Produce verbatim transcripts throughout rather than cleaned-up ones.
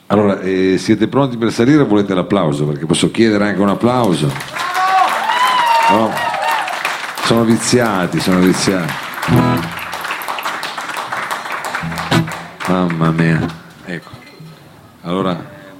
Allora, eh, siete pronti per salire o volete l'applauso? Perché posso chiedere anche un applauso. No? Sono viziati, sono viziati. Mamma mia. Ecco. Allora,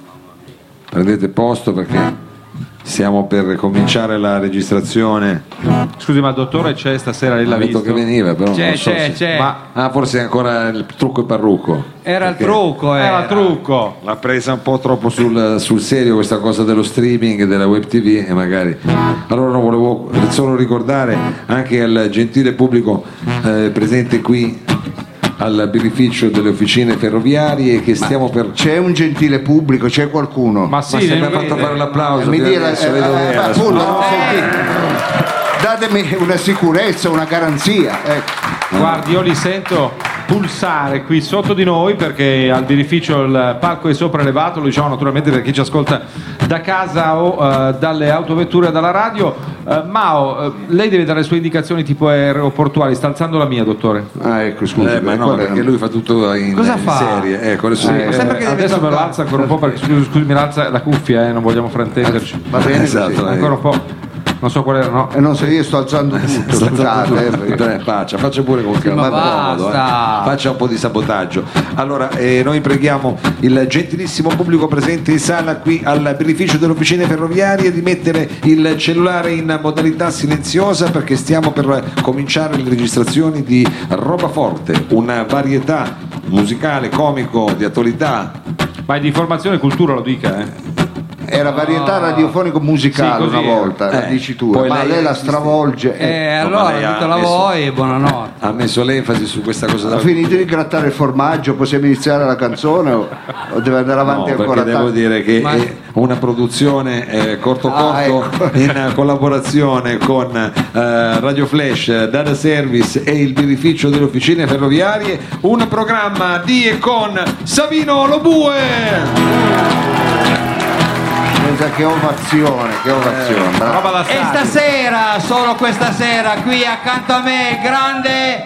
prendete posto perché stiamo per cominciare la registrazione. Scusi, ma il dottore c'è stasera? Lei l'ha Ha detto visto? che veniva, però C'è, non so c'è, se... c'è. Ma ah, forse è ancora il trucco e parrucco. Era il Perché trucco, Era era. il trucco. l'ha presa un po' troppo sul, sul serio questa cosa dello streaming, della web tv, e magari allora no, volevo solo ricordare anche al gentile pubblico eh, presente qui al birrificio delle officine ferroviarie che stiamo per... C'è un gentile pubblico, c'è qualcuno? Ma sì, Ma se mi ha nel- fatto fare l'applauso, mi dia la- adesso eh, vedo eh, bene, appunto, scusa. non sentite. Datemi una sicurezza, una garanzia. Ecco. Guardi, io li sento pulsare qui sotto di noi perché al birrificio il palco è sopraelevato, lo diciamo naturalmente per chi ci ascolta da casa o eh, dalle autovetture, dalla radio. Eh, Mao, eh, lei deve dare le sue indicazioni tipo aeroportuali, sta alzando la mia, dottore. Ah, ecco, scusi. Eh, ma no, qual è? perché lui fa tutto in, Cosa in fa? serie. Ecco, adesso Sì, eh, eh, sempre che deve adesso me lo toccare. alza ancora un po' perché scusi, scusi, mi alza la cuffia, eh, non vogliamo fraintenderci. Va bene, esatto, così. eh. Ancora un po', non so qual era, no. E non so, io sto alzando tutto, scusate. eh, perché- Eh, faccia, faccia pure con calma, ma comodo, basta. eh. Faccia un po' di sabotaggio. Allora, eh, noi preghiamo il gentilissimo pubblico presente in sala qui al birrificio delle officine ferroviarie di mettere il cellulare in modalità silenziosa perché stiamo per cominciare le registrazioni di Roba Forte, una varietà musicale, comico, di attualità. Ma è di informazione e cultura, lo dica, eh. Era varietà radiofonico musicale Sì, così una era. volta, la Eh, dicitura, poi ma lei lei la esiste. stravolge. Eh, eh. No, ma allora lei ha tutta la messo- voi e buonanotte. Ha messo l'enfasi su questa cosa Ha della... finito di grattare il formaggio, possiamo iniziare la canzone o, o deve andare No, avanti perché ancora devo tanto? dire che Ma- è una produzione eh, corto Ah, corto ecco. in collaborazione con eh, Radio Flash, Data Service e il birrificio delle officine ferroviarie, un programma di e con Savino Lobue. Pensa che ovazione, che ovazione, bravo. Roba da E stadi. stasera, solo questa sera, qui accanto a me, il grande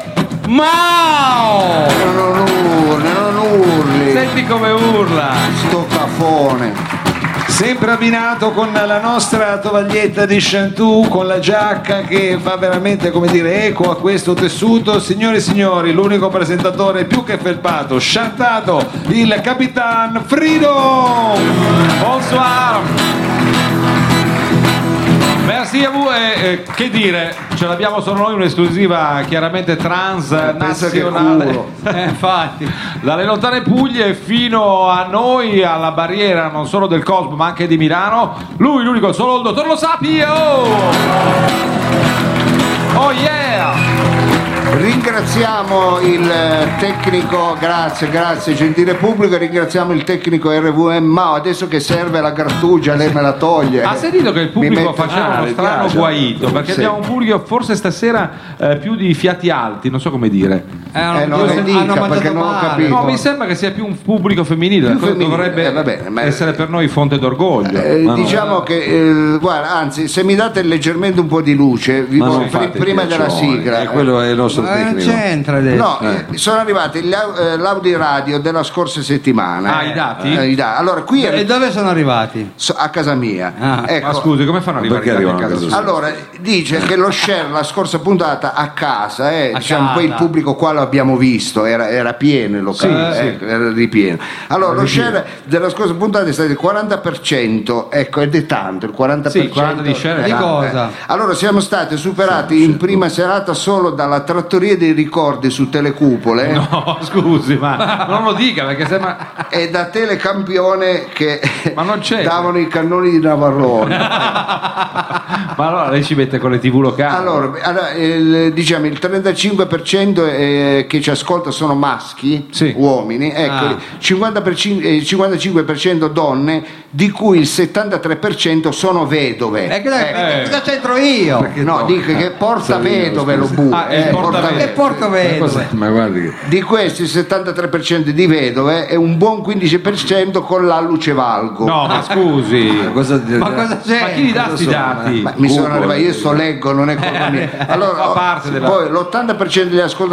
Mao! Non urli, non urli, Senti come urla. sto cafone. Sempre abbinato con la nostra tovaglietta di Chantou, con la giacca che fa veramente, come dire, eco a questo tessuto. Signore e signori, l'unico presentatore più che felpato, sciantato, il Capitan Frido. Bonsoir. Merci a voi. Eh, eh, che dire, ce l'abbiamo solo noi un'esclusiva chiaramente pensa che transnazionale. culo. Eh, infatti. Dalle lontane Puglie fino a noi, alla barriera non solo del Cosmo ma anche di Milano, lui l'unico, solo il dottor Lo Sapio. Oh yeah! Ringraziamo il tecnico, grazie, grazie gentile pubblico, ringraziamo il tecnico R V M Mao, adesso che serve la grattugia lei me la toglie. Ha sentito che il Mi pubblico mette- faceva Ah, uno le strano piace. guaito, perché Sì. abbiamo un pubblico forse stasera eh, più di fiati alti, non so come dire. Eh, hanno, Eh, non hanno lo dica, mangiato perché non ho male. capito. No, mi sembra che sia più un pubblico femminile, Più cosa femminile, dovrebbe eh, va bene, ma- essere per noi fonte d'orgoglio. Eh, Ma no. diciamo che eh, guarda, anzi, se mi date leggermente un po' di luce, vi Ma vo- non pri- fate prima il della piaccione, sigla. eh, quello è il nostro Ma non tecnico. c'entra adesso. No, eh, sono arrivati gli au- eh, l'Audi Radio della scorsa settimana. Ah, i dati? Eh, i da- Allora, qui E è dove sono arrivati? so- a casa mia. Ah, ecco. Ma scusi, come fanno ad arrivare Perché i dati arrivano a a casa casa sua? Allora, dice che lo share la scorsa puntata a casa, eh, A diciamo, casa. poi il pubblico qua lo abbiamo visto, era, era pieno il locale, Sì, ecco, era ripieno. Allora, lo share della scorsa puntata è stato il quaranta per cento, ecco, ed è tanto, il quaranta per cento. Sì, quaranta di share è Di tanto. cosa? Allora, siamo stati superati in prima serata solo dalla trattoria dei ricordi su Telecupole. No, scusi, ma non lo dica perché sembra. E da Telecampione che Ma non c'è. davano i cannoni di Navarrone. Ma allora lei ci mette con le tivù locali. Allora, allora, il, diciamo il trentacinque per cento eh, che ci ascolta sono maschi, Sì. uomini, ecco, Ah. il cinquanta per cento, eh, il cinquantacinque per cento donne, di cui il settantatré per cento sono vedove. E cosa, Eh. cosa c'entro io? No, dico che porta vedove lo bu. Ah, il eh, porta porta- vedove. Che porto Ma vedo? cos'è? Ma guardi che... Di questi il settantatré per cento di vedove e un buon quindici per cento con l'alluce valgo. No, ma scusi. Cosa... Ma cosa c'è? Ma chi gli dà sti so, dati? Ma mi sono Google. arrivato, io sto leggo, non è colpa mia. Allora, Fa parte della- poi l'ottanta per cento degli ascoltatori so-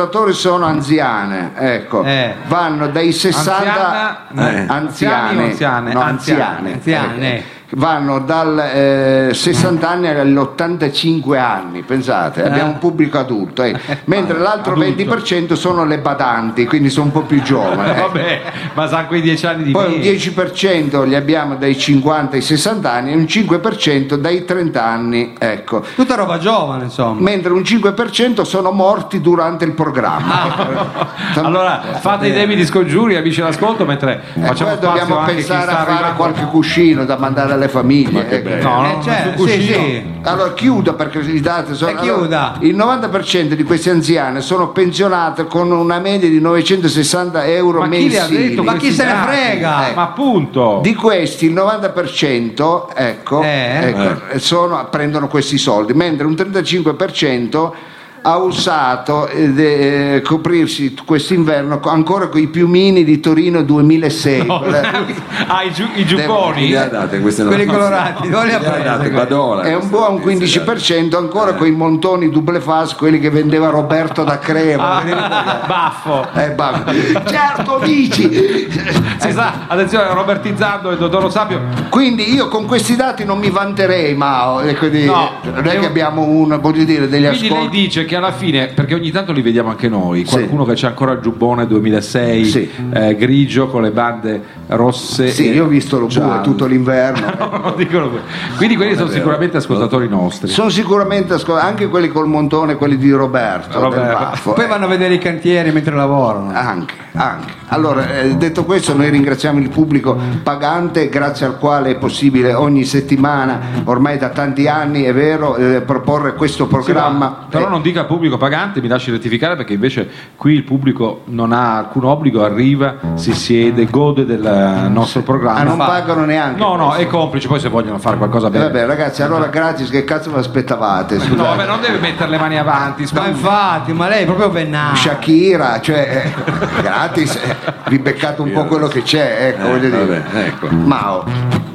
sono anziane, ecco, Eh. vanno dai sessanta Anziana- eh, anziani o anziane? no, Anziane. anziane, Anziane. ecco. Vanno dal eh, sessanta anni agli ottantacinque anni, pensate, abbiamo un pubblico adulto, eh. mentre l'altro Adulto. venti per cento sono le badanti, quindi sono un po' più giovani. ecco. Vabbè, ma sa quei dieci anni di Poi un me. dieci per cento li abbiamo dai cinquanta ai sessanta anni e un cinque per cento dai trenta anni, ecco. Tutta roba giovane, insomma. Mentre un cinque per cento sono morti durante il programma. Allora fate i debiti scongiuri, amici all'ascolto, mentre Eh, facciamo poi spazio dobbiamo anche a chi pensare sta a fare arrivando. qualche cuscino da mandare alle famiglie. ecco. No, no, Eh, cioè, sul sì, cuscino. sì. Allora chiudo perché i dati sono Eh, chiuda. allora, il novanta per cento di questi anziani sono pensionati con una media di novecentosessanta euro Ma chi le ha mensili. detto Ma questi chi se ne dati? frega? Eh, Ma appunto. Di questi il novanta per cento ecco, Eh. ecco, sono- prendono questi soldi, mentre un trentacinque per cento ha usato eh, de- eh, coprirsi quest'inverno co- ancora con i piumini di Torino duemilasei. No, Quella- ah, i, giu- i Chi giubboni. le ha date queste Quelli notizie? colorati, dove li ha Chi le ha prese date? quelli? Badola, È un queste buon notizie, quindici per cento ancora con i montoni double fast, quelli che vendeva Roberto da Crema. Ah, baffo. Eh, bah, certo dici. Si sa, attenzione, robertizzando il dottor Lo Sapio. Quindi io con questi dati non mi vanterei, Mao, e quindi No, non è è che un- abbiamo un, voglio dire, degli Quindi lei ascolti. dice che alla fine, perché ogni tanto li vediamo anche noi, Sì. qualcuno che c'ha ancora il giubbone duemilasei Sì. eh, grigio con le bande rosse. Sì, e io ho visto lo bue gialle. tutto l'inverno. No, non dicono que- Quindi quelli sono sicuramente ascoltatori nostri. Sono sicuramente ascol- anche quelli col montone, quelli di Roberto. Roberto. del Baffo, Poi eh. vanno a vedere i cantieri mentre lavorano. Anche, anche. Allora, eh, detto questo, noi ringraziamo il pubblico pagante, grazie al quale è possibile ogni settimana, ormai da tanti anni, è vero, eh, proporre questo Sì, programma. ma- però Eh, non dica pubblico pagante, mi lasci rettificare, perché invece qui il pubblico non ha alcun obbligo, arriva, si siede, gode del nostro programma. ah, non Fa- pagano neanche. No, no, questo. è complice, poi se vogliono fare qualcosa Eh, bene. vabbè, ragazzi, allora gratis, che cazzo vi aspettavate? No, Scusate. vabbè, non deve mettere le mani avanti, Ma scusi. infatti, ma lei è proprio vennata. Shakira, cioè eh, gratis, eh, vi beccate un po' quello che c'è, ecco, voglio dire. vabbè, ecco. Mao.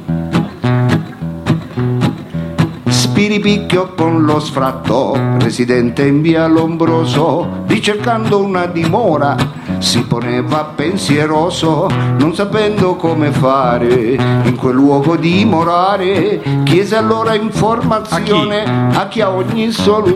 Spiripicchio con lo sfratto, residente in via Lombroso, ricercando una dimora, si poneva pensieroso, non sapendo come fare in quel luogo dimorare, chiese allora informazione a chi ha ogni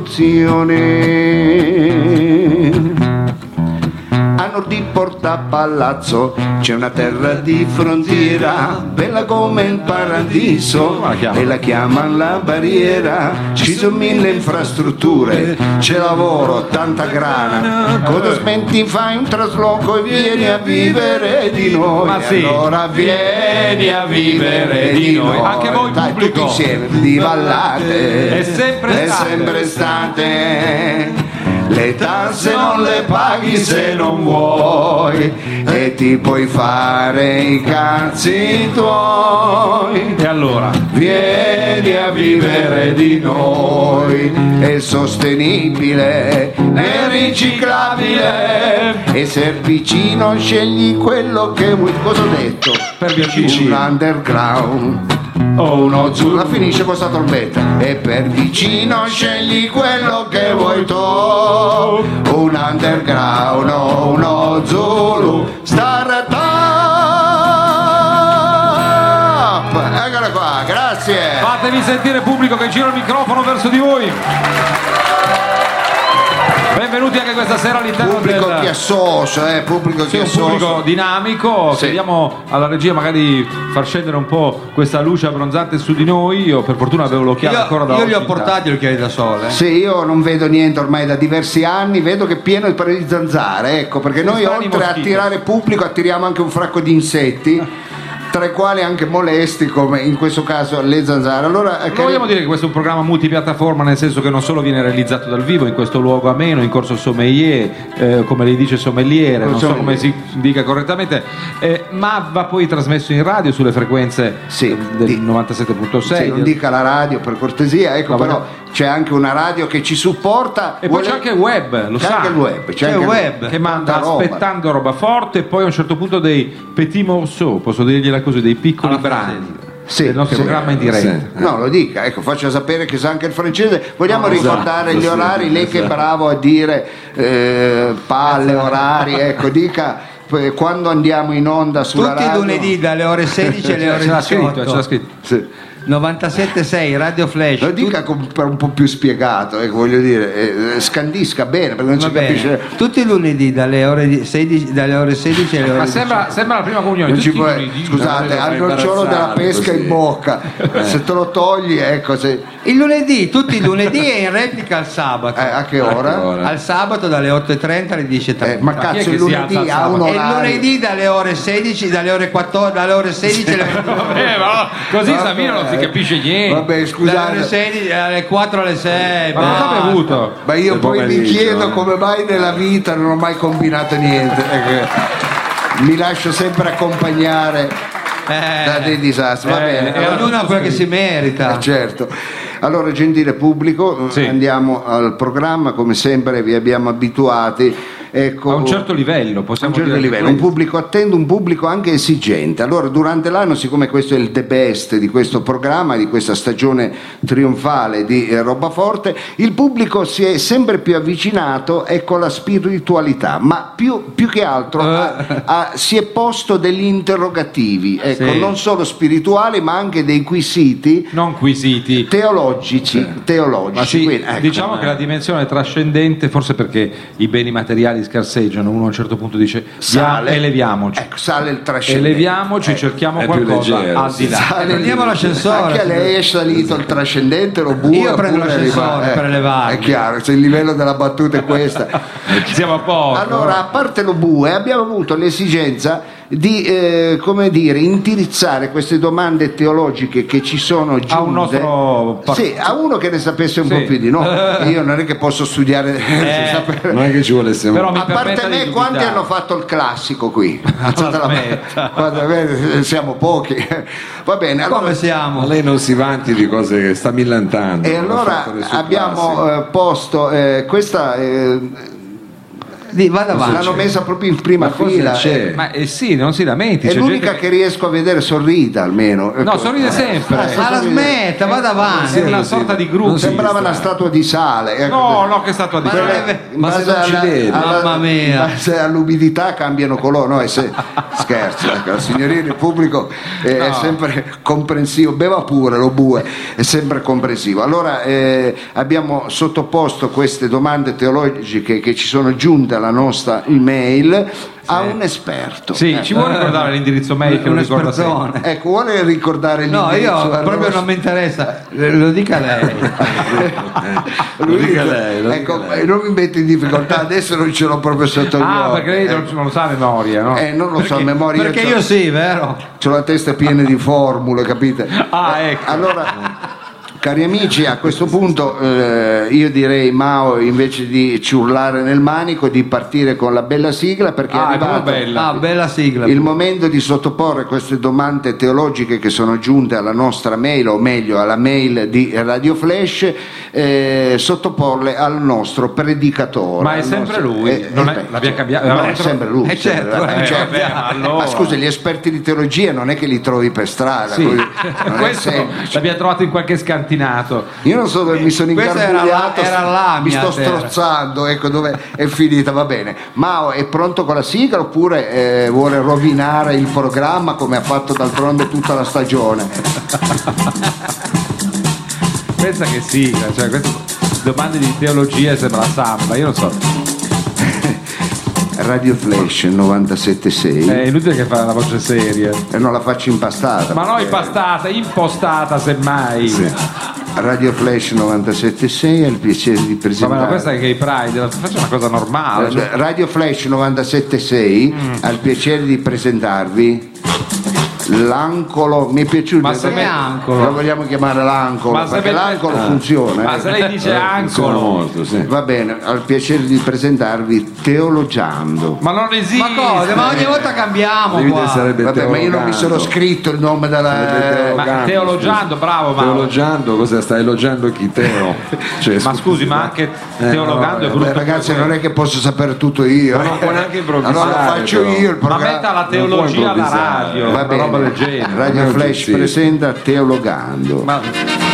soluzione. A nord di Porta Palazzo c'è una terra di frontiera, bella come il paradiso, Come la chiamano? e la chiamano la barriera. Ci sono mille infrastrutture, c'è lavoro, tanta grana. Cosa smetti, fai un trasloco e vieni a vivere di noi. Ma sì. Allora vieni a vivere di noi. Anche voi, Dai, pubblico. tutti insieme, di Vallate. È sempre È estate. sempre estate. Le tasse non le paghi se non vuoi e ti puoi fare i cazzi tuoi. E allora? Vieni a vivere di noi, è sostenibile, è riciclabile e se vicino scegli quello che vuoi. Cosa ho detto? Per via Un vicino. underground o uno Zulu, la finisce con sta trombetta. E per vicino scegli quello che vuoi tu, un underground o uno Zulu, startup. Eccola qua, grazie. Fatevi sentire, pubblico, che giro il microfono verso di voi. Benvenuti anche questa sera all'interno Pubblico del... chiassoso, eh, pubblico Sì, un chiassoso. pubblico dinamico. Sì. Chiediamo alla regia magari far scendere un po' questa luce abbronzante su di noi. Io per fortuna avevo l'occhiale Io, ancora da io li ho oggi portati gli occhiali da sole. Sì, io non vedo niente ormai da diversi anni, vedo che è pieno di pareti di zanzare, ecco, perché noi strani oltre a moschitos. attirare pubblico attiriamo anche un fracco di insetti, tra i quali anche molesti, come in questo caso le zanzare. Allora, eh, Non vogliamo dire che questo è un programma multipiattaforma, nel senso che non solo viene realizzato dal vivo in questo luogo ameno, in corso Sommelier, eh, come lei dice sommeliere, non so come si dica correttamente, eh, ma va poi trasmesso in radio sulle frequenze Sì, eh, del di- novantasette virgola sei. Sì, non dica la radio per cortesia, ecco, Va bene. però c'è anche una radio che ci supporta. E poi Vuole- c'è anche il web, lo C'è sa. anche il web, c'è, C'è anche il web. Che manda Tanta roba. aspettando roba forte, e poi a un certo punto dei petit morceaux, posso dirgliela così, dei piccoli Alla brani. francese. Sì, del nostro sì. programma in diretta. Sì. No, lo dica, ecco, faccia sapere che sa anche il francese. Vogliamo No, ricordare esatto, gli sì, orari, lei che è esatto. bravo a dire eh, palle, orari, ecco, dica eh, quando andiamo in onda sulla Tutti i radio. lunedì dalle ore sedici alle ore Ce l'ha scritto, ce l'ha diciotto. scritto. Sì. novantasette sei Radio Flash. Lo dica con- per un po' più spiegato, ecco, voglio dire, eh, scandisca bene perché non Va si bene. capisce. Tutti i lunedì dalle ore di- sedici, dalle ore sedici alle ore Ma diciotto. sembra, sembra la prima comunione. Non ci tutti i puoi- lunedì. scusate, lo fai hanno il ciolo della imbarazzare pesca così. in bocca. Se te lo togli, ecco, se, Il lunedì, tutti i lunedì e in replica al sabato. eh, a che ora? ora? Al sabato dalle otto e trenta alle dieci e Eh, trenta. ma chi è cazzo, che il si alza lunedì il ha un sabato? E il orario. lunedì dalle ore sedici, dalle ore quattordici, dalle ore sedici alle ore Vabbè, ma così Vabbè. Savino non si capisce niente. Vabbè, dalle ore scusate. sedici alle quattro alle sei. Ma cosa basta. ha bevuto? Ma io Del poi mi pomeriggio, chiedo eh. come mai nella vita non ho mai combinato niente. Ecco, mi lascio sempre accompagnare da dei disastri. Va eh, bene. eh, allora- Ognuno ha quello che si merita. Eh, certo. Allora, gentile pubblico, Sì. andiamo al programma, come sempre vi abbiamo abituati. Ecco, A un certo livello, a possiamo un certo dire livello, un pubblico attento, un pubblico anche esigente. Allora, durante l'anno, siccome questo è il the best di questo programma, di questa stagione trionfale di eh, Roba Forte, il pubblico si è sempre più avvicinato, ecco, alla spiritualità, ma più, più che altro ha- ha- si è posto degli interrogativi, ecco, Sì. non solo spirituali, ma anche dei quesiti non quesiti. teologici, teologici. Ma sì, quindi, ecco. diciamo che la dimensione trascendente, forse perché i beni materiali scarseggiano, uno a un certo punto dice Sale. "Via, eleviamoci, Ecco, sale il trascendente. eleviamoci, Eh, cerchiamo è più qualcosa leggero, al di sì. là". Sale Prendiamo il- l'ascensore. Anche a lei è salito il trascendente, lo bue, Io prendo oppure l'ascensore rimane- per elevarmi. È chiaro, se il livello della battuta è questa. Siamo a poco. Allora, a parte lo bue, abbiamo avuto l'esigenza di eh, come dire, indirizzare queste domande teologiche che ci sono giunte A un nostro par- sì, a uno che ne sapesse un Sì. po' più di noi. Io non è che posso studiare sapere. Non è che ci volesse Però mi A parte permetta di me, quanti dubitare. hanno fatto il classico qui? Alzate la mano. smetta. Guarda, vedi, siamo pochi. Va bene, allora, Come siamo? Ma lei non si vanti di cose che sta millantando. e non ha allora fatto nessun abbiamo classico. eh, posto eh, questa eh, Di, vada avanti. l'hanno messa proprio in prima Ma cosa fila. c'è? Ma eh, sì, non si lamenti. È c'è l'unica gente che riesco a vedere sorrida almeno. No, sorride sempre. Ah, sì. Ma la smetta, vada avanti. È una sorta di gruppo. non si Sembrava distra- una statua di sale. ecco. No, no, che statua di Ma sale. non è- In Ma base se non ci alla- vede. alla- Mamma mia. in base all'umidità cambiano colore. No, è se- scherzo, ecco, il signorino il pubblico eh, è No. sempre comprensivo, beva pure lo bue, è sempre comprensivo. Allora eh, abbiamo sottoposto queste domande teologiche che ci sono giunte alla nostra email a un esperto. Sì, Eh, ci vuole ricordare l'indirizzo mail che lo Un ricorda sempre. espertone. Ecco, vuole ricordare No, l'indirizzo io al proprio nostro- non mi interessa, lo dica lei. Lui Lo dica dice- lei, lo ecco, dica lei. non mi metti in difficoltà, adesso non ce l'ho proprio sotto gli Ah, occhi. perché lei Eh, non, non lo sa a memoria, no? eh, non lo so a memoria. Perché c'ho- io sì, vero? c'ho la testa piena di formule, capite? Ah, Eh, ecco. Allora, cari amici, a questo punto eh, io direi, Mao, invece di ciurlare nel manico, di partire con la bella sigla, perché Ah, è è proprio arrivato bella. Ah, bella sigla. il momento di sottoporre queste domande teologiche che sono giunte alla nostra mail, o meglio alla mail di Radio Flash, eh, sottoporle al nostro predicatore. Ma è al sempre nostro- lui? eh, Non eh, è- beh, l'abbiamo cambiato? No, Avevamo è tro- sempre lui. Eh, sempre- certo, eh, eh, certo. vabbè, allora. Ma scusa, gli esperti di teologia non è che li trovi per strada, Sì. così, non è Questo semplice. l'abbiamo trovato in qualche scantinato. Io non so dove mi sono Questa era ingarbugliato, la- era la mi mia sto terra. strozzando, ecco dove è finita, va bene. Mao è pronto con la sigla oppure eh, vuole rovinare il programma come ha fatto d'altronde tutta la stagione? Pensa che sì, cioè queste domande di teologia sembra la samba, io non so. Radio Flash novantasette sei È inutile che fa la voce seria. e non la faccio impastata. Ma no, impastata, impostata semmai. Sì. Radio Flash novantasette sei ha il piacere di Vabbè, ma presentare. questa è Gay Pride, faccia una cosa normale. cioè- Radio Flash novantasette sei Mm. ha il piacere di presentarvi l'ancolo. Mi è piaciuto. Ma se Che me- ancolo? Lo vogliamo chiamare l'ancolo Ma se perché me- l'ancolo Ah. funziona. Ma eh. se lei dice Funziona ancolo, molto, sì. Va bene, ho il piacere di presentarvi Teologiando. ma non esiste. Ma cosa? Ma ogni volta cambiamo Limite qua. sarebbe Vabbè, ma io non mi sono teologando. scritto il nome Sarebbe della. Ma teologando, teologiando, bravo, ma Teologiando, cosa stai elogiando chi Teo? Cioè, Ma scusi, ma anche Eh, teologando è Vabbè, brutto. ragazzi, non è che posso sapere tutto io. Ma non puoi neanche improvvisare, Allora lo faccio però. io il Ma programma. metta la Non puoi teologia alla improvvisare. radio, Va una bene, roba leggendo. Radio Flash presenta Teologando, Ma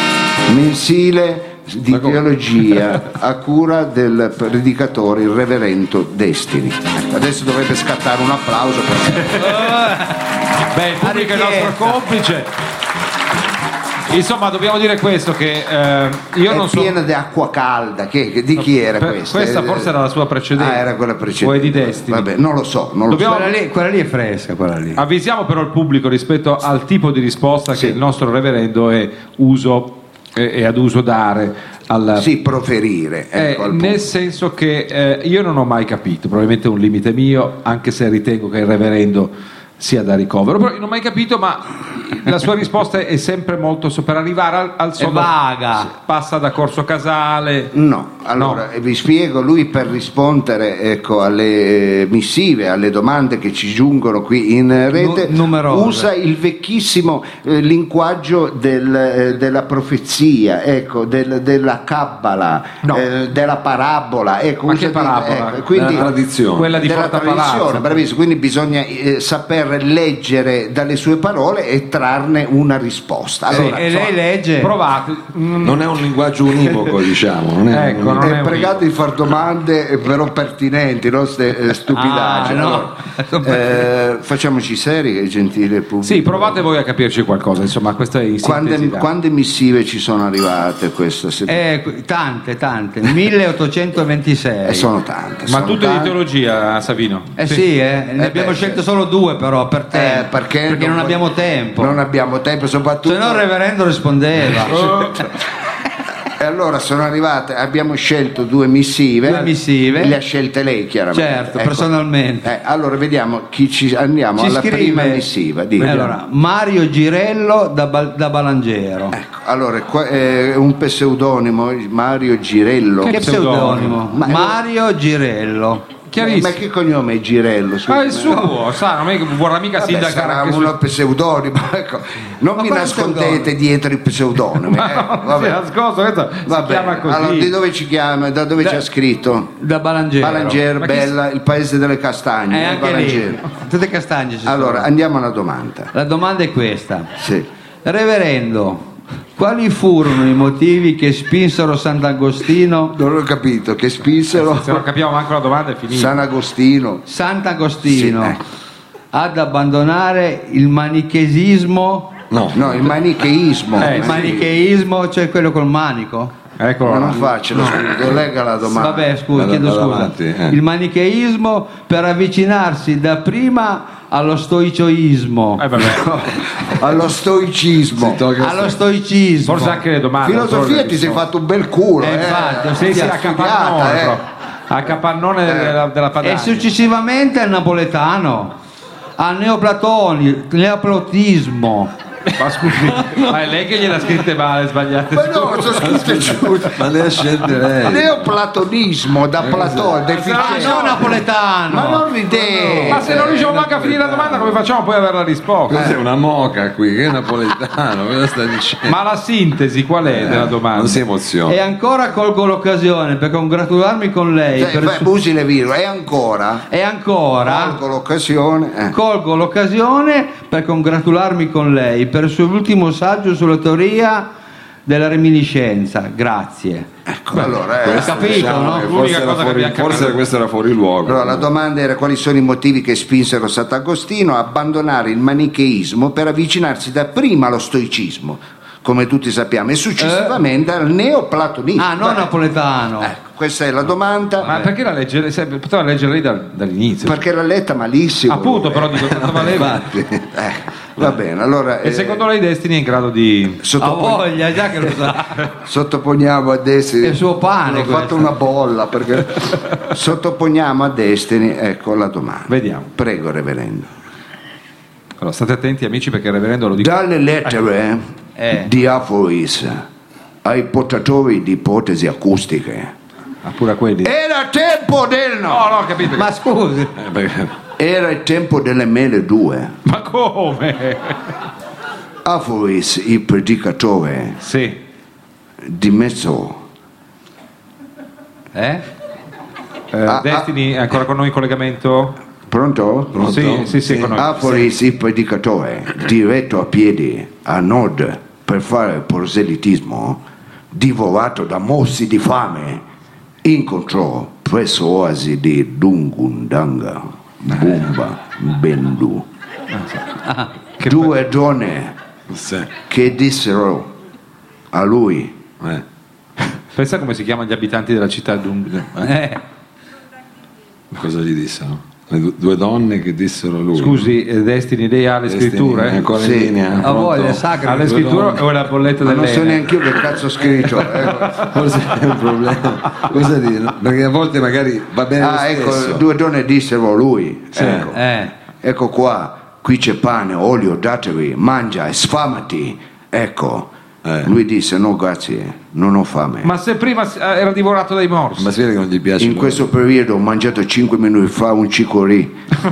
mensile di teologia a cura del predicatore, il reverendo Destini. Ecco, adesso dovrebbe scattare un applauso perché Beh, il pubblico è il nostro complice. Insomma, dobbiamo dire questo, che eh, io è non so. piena di acqua calda. Che, di chi era Per- questa? questa forse era la sua precedente. Ah, era quella precedente. O è di Destiny. Vabbè, non lo so, non lo Dobbiamo- so. quella lì, quella lì è fresca, quella lì. Avvisiamo però il pubblico rispetto al tipo di risposta Sì. che il nostro reverendo è uso e è ad uso dare al, Sì, proferire. Eh, Ecco, al nel punto. senso che eh, io non ho mai capito, probabilmente è un limite mio, anche se ritengo che il reverendo sia da ricovero, però io non ho mai capito, ma la sua risposta è sempre molto so- per arrivare al, al È vaga. passa da Corso Casale. No, allora eh, vi spiego, lui per rispondere ecco, alle eh, missive, alle domande che ci giungono qui in rete, Nu- numerose. usa il vecchissimo eh, linguaggio del, eh, della profezia, ecco, del- della Kabbala, No. eh, della parabola. Ecco, Ma usa che di- parabola? ecco, quindi, Della tradizione. Quella di della Porta tradizione, Palazzo. bravissimo, quindi bisogna eh, saper leggere dalle sue parole e trarne una risposta. Sì, Allora, e lei legge. Provate. Mm, Non è un linguaggio univoco, diciamo. Non è Ecco, un- non è è pregato di far domande eh, però pertinenti, non ste, eh, stupidaggini. Ah, no. Allora, eh, facciamoci seri, gentile pubblico. Sì, provate voi a capirci qualcosa, insomma, questa è in Quante, sintesi, dai. quante missive ci sono arrivate questa settimana? Eh, qu- tante, tante, milleottocentoventisei. Eh, sono tante. Ma sono tutte di tante. teologia, Savino? Eh sì, eh, ne Eh abbiamo beh, scelte sì. solo due però per te. Eh, perché, non abbiamo tempo. Non abbiamo tempo, soprattutto. Se no il reverendo rispondeva. E allora sono arrivate, abbiamo scelto due missive. Due missive. Le ha scelte lei, chiaramente. Certo, Ecco. personalmente. Eh, allora vediamo chi ci andiamo Ci alla scrive- prima missiva. dica. Allora, Mario Girello da, Bal- da Balangero. Ecco, allora qua, eh, un pseudonimo, Mario Girello. Che pseudonimo? Ma- Mario Girello. Chiarissimo. Ma che cognome è Girello? scusa? Ah, il suo, sa, non è che vorrà mica Vabbè, sindaca sarà anche su- uno pseudonimo, ecco. Non Ma mi quale nascondete pseudonimo? dietro i pseudonimi. Ma eh. no, non si è Vabbè. nascosto, questo si Va chiama bene. così. Allora, di dove ci chiama? Da dove ci ha scritto? Da Balangero. Balangero, Ma chi- bella, il paese delle castagne. E eh, anche Balangero. lì. Tutte castagne ci sono. Allora, andiamo alla domanda. La domanda è questa. Sì. Reverendo, quali furono i motivi che spinsero Sant'Agostino, Non ho capito, che spinsero Se non capiamo manco la domanda è finita. San Agostino. Sant'Agostino Sì, eh. ad abbandonare il manichesismo? No, No, il manicheismo. Eh, Il manicheismo, cioè quello col manico? Eccolo Ma là. non faccio, no. Legga la domanda. Vabbè, scusa, Vado- chiedo vado scusa. avanti, eh. Il manicheismo per avvicinarsi dapprima allo stoicismo, Eh, vabbè. Allo stoicismo. Si tolga- allo stoicismo. Forse anche le domande. Filosofia ti sei fatto un bel culo. Eh, Eh, infatti, Sì, sì, Ti ha a studiata, capannone, eh. proprio. A capannone della, della E Padania. successivamente al napoletano, al neoplatoni, neoplotismo. Ma scusi, ma è lei che gliel'ha scritte male, sbagliate. Ma no, sono scritte giù. Ma le ha scelte lei. Neoplatonismo da Platone, Ah, deficienza. no, napoletano. Ma non l'idea. Ma se non riusciamo manco a finire la domanda, come facciamo poi a aver la risposta? Cos'è una moca qui? Che è napoletano? Cosa sta dicendo? Ma la sintesi qual è della domanda? Non si E emoziona. ancora colgo l'occasione per congratularmi con lei. Cioè, per beh, su- usi le virgole. E ancora? E ancora Colgo l'occasione. eh. colgo l'occasione per congratularmi con lei per il suo ultimo saggio sulla teoria della reminiscenza. Grazie. Ecco, allora, eh, Hai capito, no? che L'unica forse, era cosa che fuori, abbiamo forse cambiato. questo era fuori luogo. allora, la domanda era quali sono i motivi che spinsero Sant'Agostino a abbandonare il manicheismo per avvicinarsi dapprima allo stoicismo, come tutti sappiamo, e successivamente al neoplatonismo. Ah, non Beh, napoletano. ecco, questa è la domanda. Ma perché la legge? se- Poteva leggere lei dal- dall'inizio. Perché l'ha letta malissimo. Appunto, lui, però eh. dico, tanto valeva. Eh, va bene, allora E eh, secondo lei Destiny è in grado di... Ha sottopon- voglia, già che lo sa. sottoponiamo a Destiny. È il suo pane Ho fatto questo. una bolla perché sottoponiamo a Destiny, ecco la domanda. Vediamo. Prego, reverendo. Allora, state attenti amici perché il reverendo lo dico. Dalle lettere Eh. di Aforis ai portatori di ipotesi acustiche. Ah, pure a quelli. Era tempo del no. No, no, ho capito. Ma scusi, Eh, perché- Era il tempo delle mele due. Ma come? Aforis, il predicatore Sì. di mezzo. eh? Eh, Ah, Destiny è ancora con noi in collegamento? Pronto? Pronto? Sì, sì, sì, con noi. Aforis il predicatore, diretto a piedi a nord per fare proselitismo, divorato da mossi di fame, incontrò presso oasi di Dungundanga, Bumba, Bendu, Ah, che due donne Sì. che dissero a lui, Eh. Pensa come si chiamano gli abitanti della città di un... Eh, Cosa gli dissero? Le du- due donne che dissero a lui. Scusi, eh, Destiny, lei ha le Destiny, scritture? è ancora Sì. in linea. a Pronto? voi le sacre. Ha le Due scritture donne. o è la bolletta ma non so dell'E N? neanche io che cazzo ho scritto. ecco. Forse è un problema. Cosa dire? Perché a volte magari va bene Ah, lo ecco, stesso. due donne dissero a lui, ecco, Eh, ecco qua, qui c'è pane, olio, datevi, mangia e sfamati. Ecco, Eh. lui disse no grazie, non ho fame. Ma se prima eh, era divorato dai morsi. Ma si vede che non gli piace. In molto. questo periodo ho mangiato cinque minuti fa un cicorì.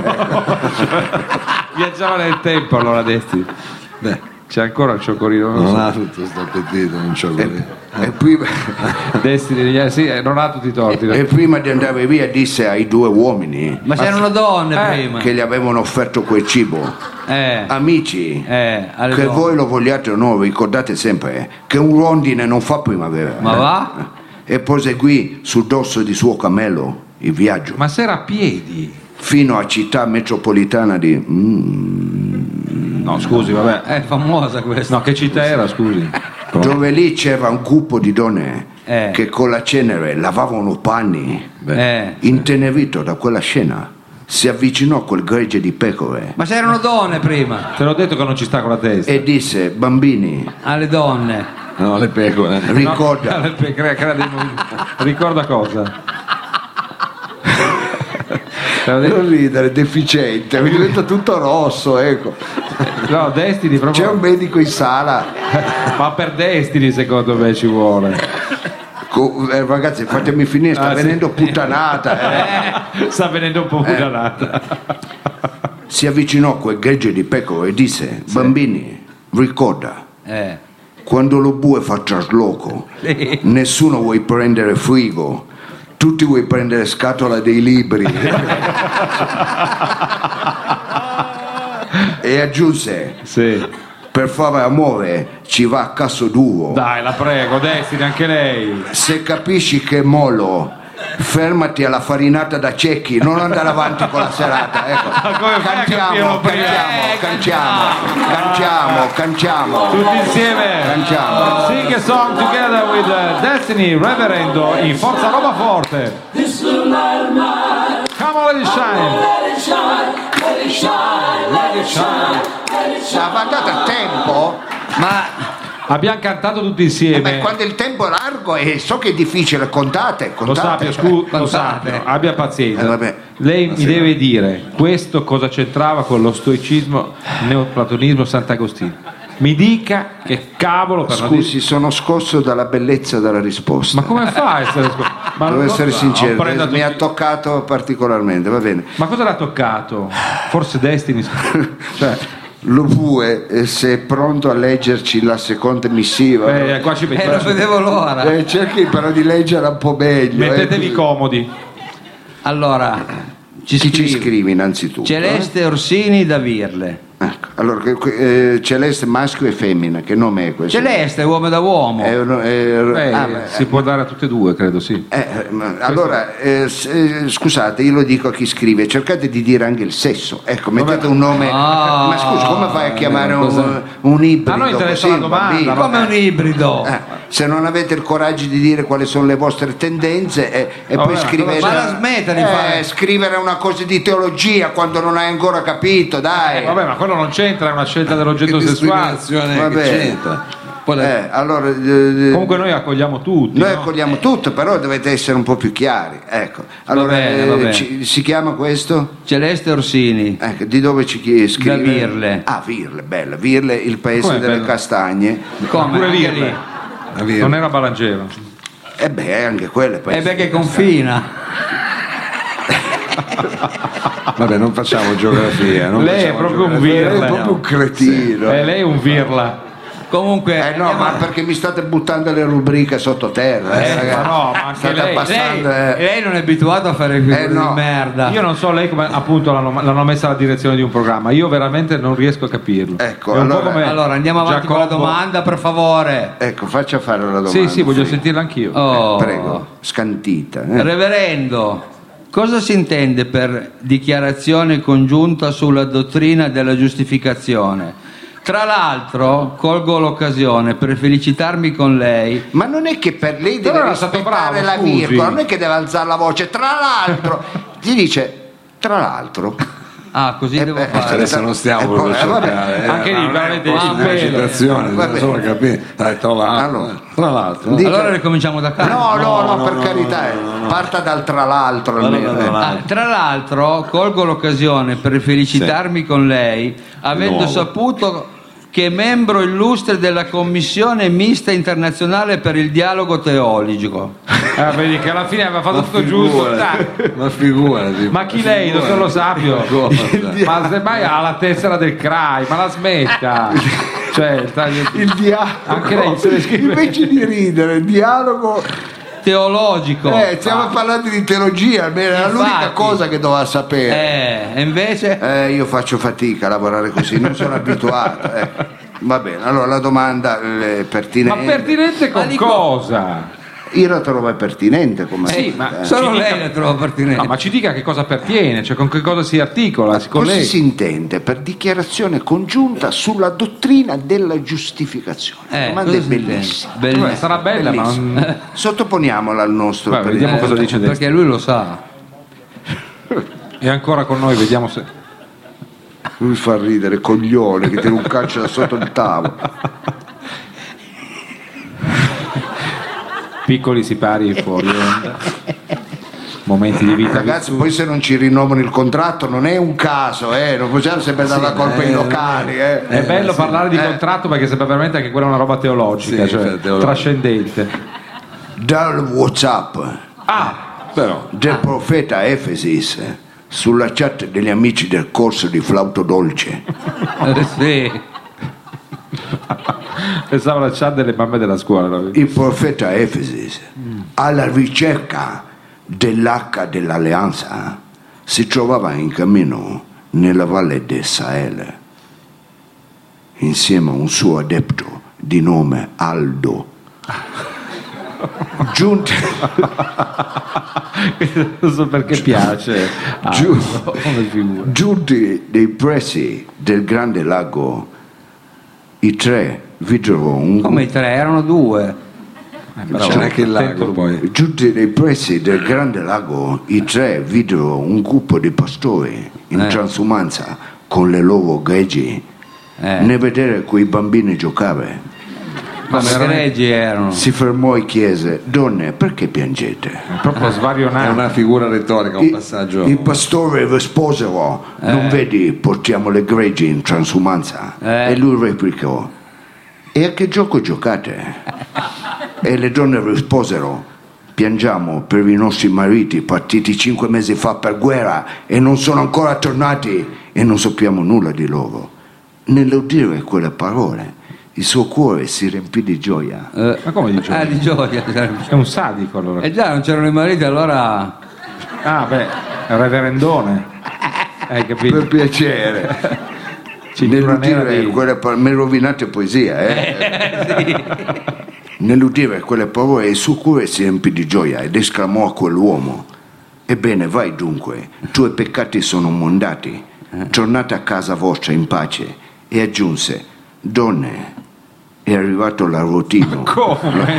Viaggiava nel tempo allora Destiny. Beh, C'è ancora il cioccolino, non non so. ha tutto questo appetito, non c'ho così. E prima, Destiny, eh, sì, eh, non ha tutti i torti. e prima di andare via disse ai due uomini ma c'erano donne Eh, prima. che gli avevano offerto quel cibo, Eh, amici, eh, alle che donne. voi lo vogliate o no, ricordate sempre che un rondine non fa primavera. Ma va? E proseguì sul dorso di suo cammello il viaggio Ma se era a piedi? fino a città metropolitana di mm, No, scusi, vabbè. È famosa questa. No, che città era, scusi? dove lì c'era un gruppo di donne Eh. che con la cenere lavavano panni. Eh. Intenerito da quella scena si avvicinò a quel gregge di pecore Ma c'erano donne prima. Te l'ho detto che non ci sta con la testa. e disse bambini Alle donne. No, le pecore. ricorda No, crea- crea dei movi- ricorda cosa? Te l'ho detto- non ridere deficiente mi diventa tutto rosso ecco. No, Destiny proprio. C'è un medico in sala. Ma per Destiny secondo me ci vuole. Co- eh, ragazzi fatemi finire sta Ah, sì. venendo puttanata eh. Sta venendo un po' putanata. Si avvicinò a quel gregge di pecore e disse bambini ricorda Eh. quando lo bue fa trasloco Sì. nessuno vuoi prendere frigo tutti vuoi prendere scatola dei libri. E aggiunse Sì. per fare amore ci va a caso duro. Dai, la prego, Destiny, anche lei. Se capisci che è mollo, fermati alla farinata da cecchi, non andare avanti con la serata. Ecco. Come fai a Cantiamo, capirlo prima? cantiamo, cantiamo, cantiamo, cantiamo. Tutti insieme. Cantiamo. Sing a song together with uh, Destiny, Reverendo, in Forza Roma Forte. Come on, let it shine. Ha mandato il tempo? Ma Abbiamo cantato tutti Beh, insieme. quando il tempo è largo e so che è difficile, contate, Lo contate. sappia, scu- lo Contate. sappia, abbia pazienza. Eh, vabbè. Lei mi deve dire questo cosa c'entrava con lo stoicismo, neoplatonismo, Sant'Agostino. Mi dica che cavolo per non dire- Scusi, sono scosso dalla bellezza della risposta. Ma come fa a essere scu- Ma Devo non- essere no, sincero, prenda mi ha tutti- toccato particolarmente, va bene. Ma cosa l'ha toccato? Forse Destiny? Cioè, Lo Bue, eh, se è pronto a leggerci la seconda missiva, eh, qua ci eh, non mettiamo. vedevo l'ora. eh, cerchi però di leggere un po' meglio. eh. Mettetevi comodi. Allora, ci Chi ci scrive scrivi innanzitutto? Celeste Orsini da Virle. Ecco, allora, que- que- eh, Celeste maschio e femmina, che nome è questo? Celeste, uomo da uomo. È un- è- Beh, ah, beh, si può dare a tutte e due, credo, sì. eh, ma allora, eh, se- eh, scusate, io lo dico a chi scrive, cercate di dire anche il sesso. Ecco, mettete un nome. Ah. ma scusa, come fai a chiamare un, cosa- un ibrido? A noi interessa così, la un domanda, bambino? no? Come un ibrido. Eh, se non avete il coraggio di dire quali sono le vostre tendenze e, e Vabbè, poi scrivere, ma la smetta di eh, fare. scrivere una cosa di teologia quando non hai ancora capito, dai. Eh, vabbè, ma quello non c'entra, è una scelta dell'oggetto Che sessuale. discriminazione Vabbè. che c'entra. Poi la- Eh, allora, eh, Comunque noi accogliamo tutti. noi no? accogliamo tutto, però dovete essere un po' più chiari. Ecco. Allora, bene, eh, va bene. ci- si chiama questo? Celeste Orsini. Ecco, di dove ci chi- scrive? Da Virle. Ah, Virle, bella. Virle, il paese Com'è delle bello? castagne. Come? pure Anche Virle. lì. la via. Non era Balangero. E beh, anche quelle. E paese beh, che delle castagne. confina. Vabbè, non facciamo geografia. Non Lei è facciamo proprio un geografia. virla. È proprio un cretino. Eh, lei è un virla. Comunque, Eh no, andiamo- ma perché mi state buttando le rubriche sottoterra? Eh, Eh, ragazzi. ma no, ma anche State lei- abbassando, lei, eh. lei non è abituato a fare figure Eh, no. di merda. Io non so lei come appunto l'hanno, l'hanno messa alla direzione di un programma, io veramente non riesco a capirlo. Ecco, È un po' allora- come Allora andiamo avanti con la Giacobbo. domanda, per favore. Ecco, faccia fare la domanda. Sì, sì, voglio sì. sentirla anch'io. Oh. Prego, scantita. eh. Reverendo, cosa si intende per dichiarazione congiunta sulla dottrina della giustificazione? Tra l'altro, colgo l'occasione per felicitarmi con lei. Ma non è che per lei Però deve era stato rispettare bravo, la scusi. virgola, non è che deve alzare la voce. Tra l'altro, ti dice tra l'altro. Ah, così Eh, devo beh, fare. Adesso non stiamo Eh, proprio a vabbè, cercare, eh, anche lì, ma non è veramente, una il pelo. citazione, Vabbè. bisogna solo capire. Dai, tra l'altro, Allora. tra l'altro. Dica- Allora ricominciamo da capo. No, no, no, no, per no, carità, no, eh. no, no. Parta dal tra l'altro No, no, almeno. no, no, eh. no. Ah, tra l'altro, colgo l'occasione per felicitarmi con lei, avendo nuovo. saputo che è membro illustre della Commissione Mista Internazionale per il Dialogo Teologico. Ah, vedi che alla fine aveva fatto Ma tutto giusto. figurati, dai. ma figurati. Ma chi lei, dottor Lo Sapio? Cosa? Ma semmai ha la tessera del C R A I, ma la smetta. Cioè, il taglio- Il dialogo. Anche lei se ne scrive. Invece di ridere, il dialogo. Teologico. Eh, stiamo parlando di teologia, almeno era l'unica Infatti. cosa che doveva sapere. Eh, e invece? Eh, io faccio fatica a lavorare così, non sono abituato. eh. Va bene, allora la domanda eh, Ma pertinente. pertinente con Ma dico- cosa? Io la trovo pertinente come Sì, ma- eh. Solo ci lei dica- la trova pertinente. No, ma ci dica che cosa pertiene, cioè con che cosa si articola, si Cosa collega. si intende per dichiarazione congiunta sulla dottrina della giustificazione? Eh, La domanda è cosa si intende? bellissima. Bellissimo. Vabbè, sarà bella, ma Bellissima. non- Sottoponiamola al nostro Vai, vediamo per- cosa dice adesso. Perché lui lo sa. è ancora con noi, vediamo se. Lui fa ridere, coglione, che tira un calcio da sotto il tavolo. Piccoli sipari fuori onda. Momenti di vita. Ragazzi, poi se non ci rinnovano il contratto non è un caso, eh? Non possiamo sempre dare la colpa ai locali. Eh? È bello parlare di eh. contratto perché sembra veramente anche quella una roba teologica, Sì, cioè cioè, teologica. trascendente. Dal WhatsApp Ah, Però, del profeta Efesis sulla chat degli amici del corso di flauto dolce. Eh, sì. pensavo alla chat delle mamme della scuola. no? Il profeta Efesis, alla ricerca dell'arca dell'alleanza, si trovava in cammino nella valle del Sahel insieme a un suo adepto di nome Aldo. Giunti, Non so perché piace. Ah, Giù. come figura. giunti nei pressi del grande lago, i tre videro un Come i tre, erano due. c'è anche il lago poi. Giunti nei pressi del grande lago, i tre videro un gruppo di pastori in Eh. transumanza con le loro greggi. Eh. Nel vedere quei bambini giocare, Come greggi erano. si fermò e chiese: donne, perché piangete? È proprio È svarionato. una figura retorica, un I, passaggio. i pastori risposero: non vedi, portiamo le greggi in transumanza. Eh. E lui replicò: e a che gioco giocate? E le donne risposero: piangiamo per i nostri mariti partiti cinque mesi fa per guerra e non sono ancora tornati e non sappiamo nulla di loro. Nell'udire quelle parole, il suo cuore si riempì di gioia. Eh, Ma come di gioia? Ah, di gioia. È un sadico allora. E già non c'erano i mariti, allora. Ah, beh, è un reverendone. Hai capito? Per piacere. Cintura nera Nell'udire di- quelle parole, mi rovinate poesia, eh? Nell'udire quelle parole il suo cuore si riempì di gioia ed esclamò a quell'uomo: ebbene, vai dunque, i tuoi peccati sono mondati, tornate a casa vostra in pace. E aggiunse: donne, è arrivato l'arrotino. Come?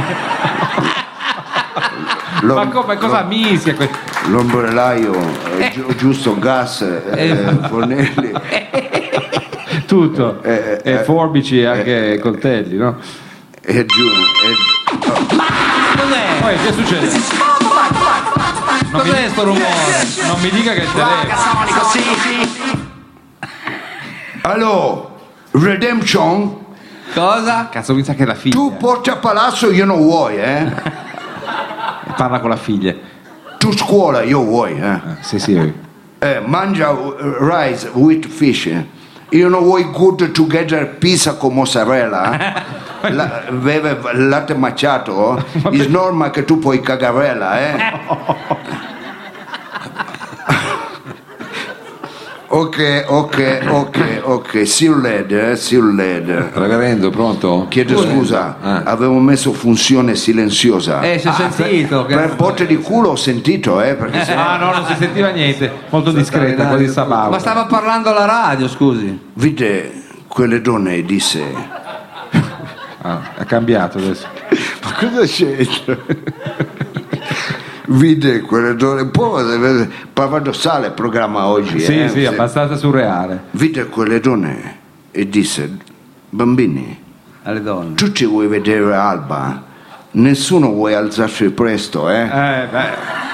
Ma come? Cosa mischia? que- L'ombrelaio, eh, gi- giusto gas, eh, fornelli. Tutto. Eh, eh, e eh, forbici e anche coltelli, no? E aggiunse, Cos'è? Poi che succede? Non mi, Cos'è sto rumore? non mi dica che è il telefono. allora, Redemption, Cosa? Cazzo, mi sa che è la figlia. tu porti a palazzo, io non vuoi, eh? Parla con la figlia. Tu scuola, io vuoi, eh? Sì, sì. Eh, mangia uh, rice with fish. Io non vuoi good together pizza con mozzarella, eh? la, beve latte macchiato, è norma che tu puoi cagarella, eh? Ok, ok, ok, ok, see you later, eh? see you later. Reverendo, pronto? Chiedo scusa, Ah. avevo messo funzione silenziosa. Eh, si è sentito. che- Per botte di culo ho sentito, eh, perché se... Ah no, non si sentiva niente, molto discreta, quasi sabauta. Ma stava parlando alla radio, scusi. vide quelle donne e disse: Ah, ha cambiato adesso. ma cosa c'entra? Vide quelle donne, un po' paradossale il programma oggi, Sì, eh? sì, abbastanza surreale. Vide quelle donne e disse: bambini, Alle donne. tutti vuoi vedere Alba? Nessuno vuoi alzarsi presto, eh? Eh, beh,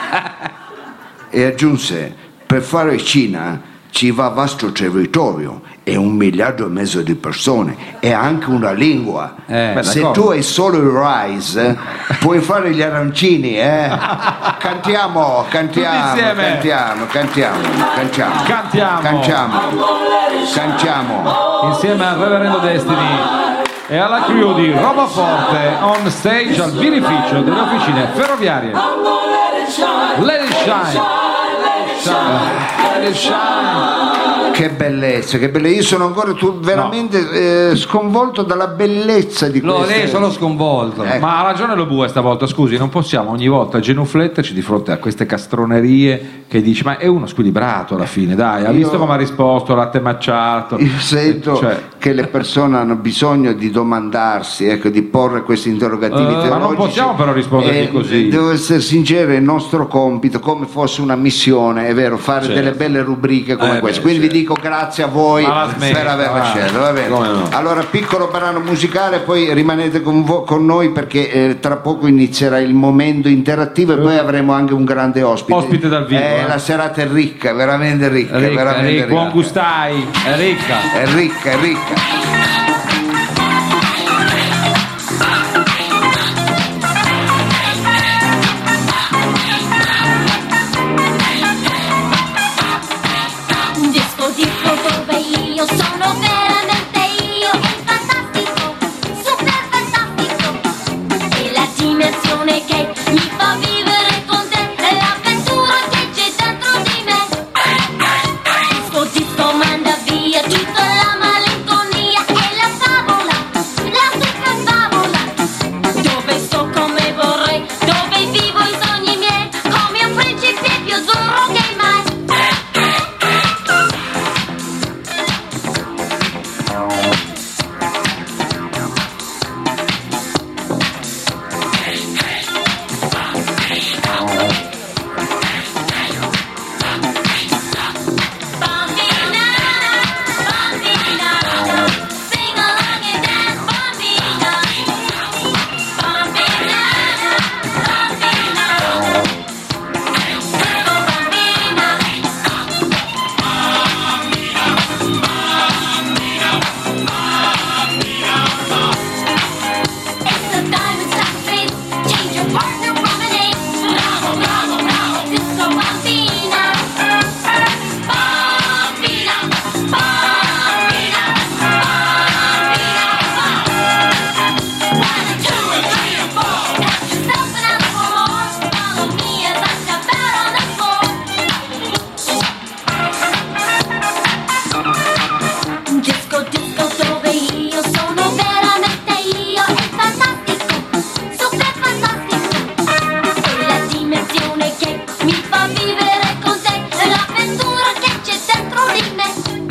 E aggiunse: per fare Cina ci va vasto territorio e un miliardo e mezzo di persone e anche una lingua. Eh, Se d'accordo. tu hai solo il rice puoi fare gli arancini, eh? Cantiamo, cantiamo, Tutti insieme. cantiamo, cantiamo, cantiamo, Cantiamo. cantiamo, cantiamo. insieme al Reverendo Destiny e alla crew di Roba Forte on stage al birrificio delle officine ferroviarie. Let it shine. Let it shine. Che bellezza, che bellezza. Io sono ancora tu veramente eh, sconvolto dalla bellezza di No, queste. lei è solo sconvolto. Eh. Ma ha ragione lo Bue stavolta, scusi, non possiamo ogni volta genufletterci di fronte a queste castronerie che dici, ma è uno squilibrato alla fine, dai, ha Io- visto come ha risposto, latte macciato. Io sento Cioè, che le persone hanno bisogno di domandarsi, ecco, di porre questi interrogativi Eh, ma non teologici. possiamo però rispondergli Eh, così. Devo essere sincero, è il nostro compito, come fosse una missione, è vero, fare Certo. delle belle rubriche come Eh, queste. beh, Quindi vi certo. dico grazie a voi Ma la smetta, per averla va. scelta, va bene. Come no. Allora, piccolo brano musicale, poi rimanete con, vo- con noi perché eh, tra poco inizierà il momento interattivo e poi avremo anche un grande ospite. Ospite dal vivo, Eh, eh. La serata è ricca, veramente ricca, Ricca, veramente ricca. ricca. buon gustai, è ricca. È ricca, è ricca. Disco, disco dove io sono veramente io, il fantastico, super fantastico. E la dimensione che mi fa vivere con te, è l'avventura che c'è dentro di me. Disco, disco manda via tutta la malinconia e la favola, la super favola. Dove sto come vorrei, dove vivo i sogni miei, come un principe più azzurro che mai. Bambina, bambina, sing along and dance, bambina. Bambina, bambina, oh bambina. It's a diamond stuck face, change your partner from an ace. Bravo, bravo, bravo, disco bambina. Bambina, bambina, bambina. One and two and three and four. Ask yourself and ask for more. Follow me as I step out on the floor. Disco, disco dove io sono veramente io, è fantastico, super fantastico. È la dimensione che mi fa vivere con te, è l'avventura che c'è dentro di me.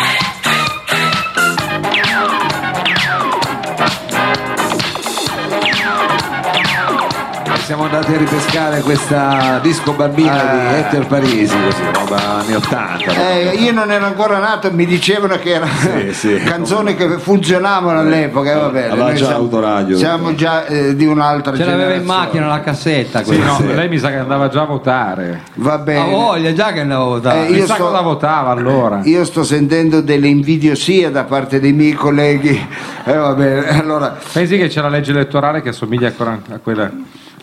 Siamo andati a ripescare questa disco bambina Ah. di Ether Parisi, così, roba anni ottanta. Eh, io non ero ancora nato e mi dicevano che erano Sì, sì. canzoni che funzionavano all'epoca, va bene. Aveva Noi già siamo, autoradio. siamo già eh, di un'altra Ce l'aveva in generazione. macchina la cassetta. Sì, quella. no, Sì. lei mi sa che andava già a votare. Va Ha bene. voglia già che andavo a votare. Eh, Mi io sa sto- cosa votava allora. Io sto sentendo delle invidiosie da parte dei miei colleghi. Eh, va bene. Allora, Pensi che c'è la legge elettorale che assomiglia ancora a quella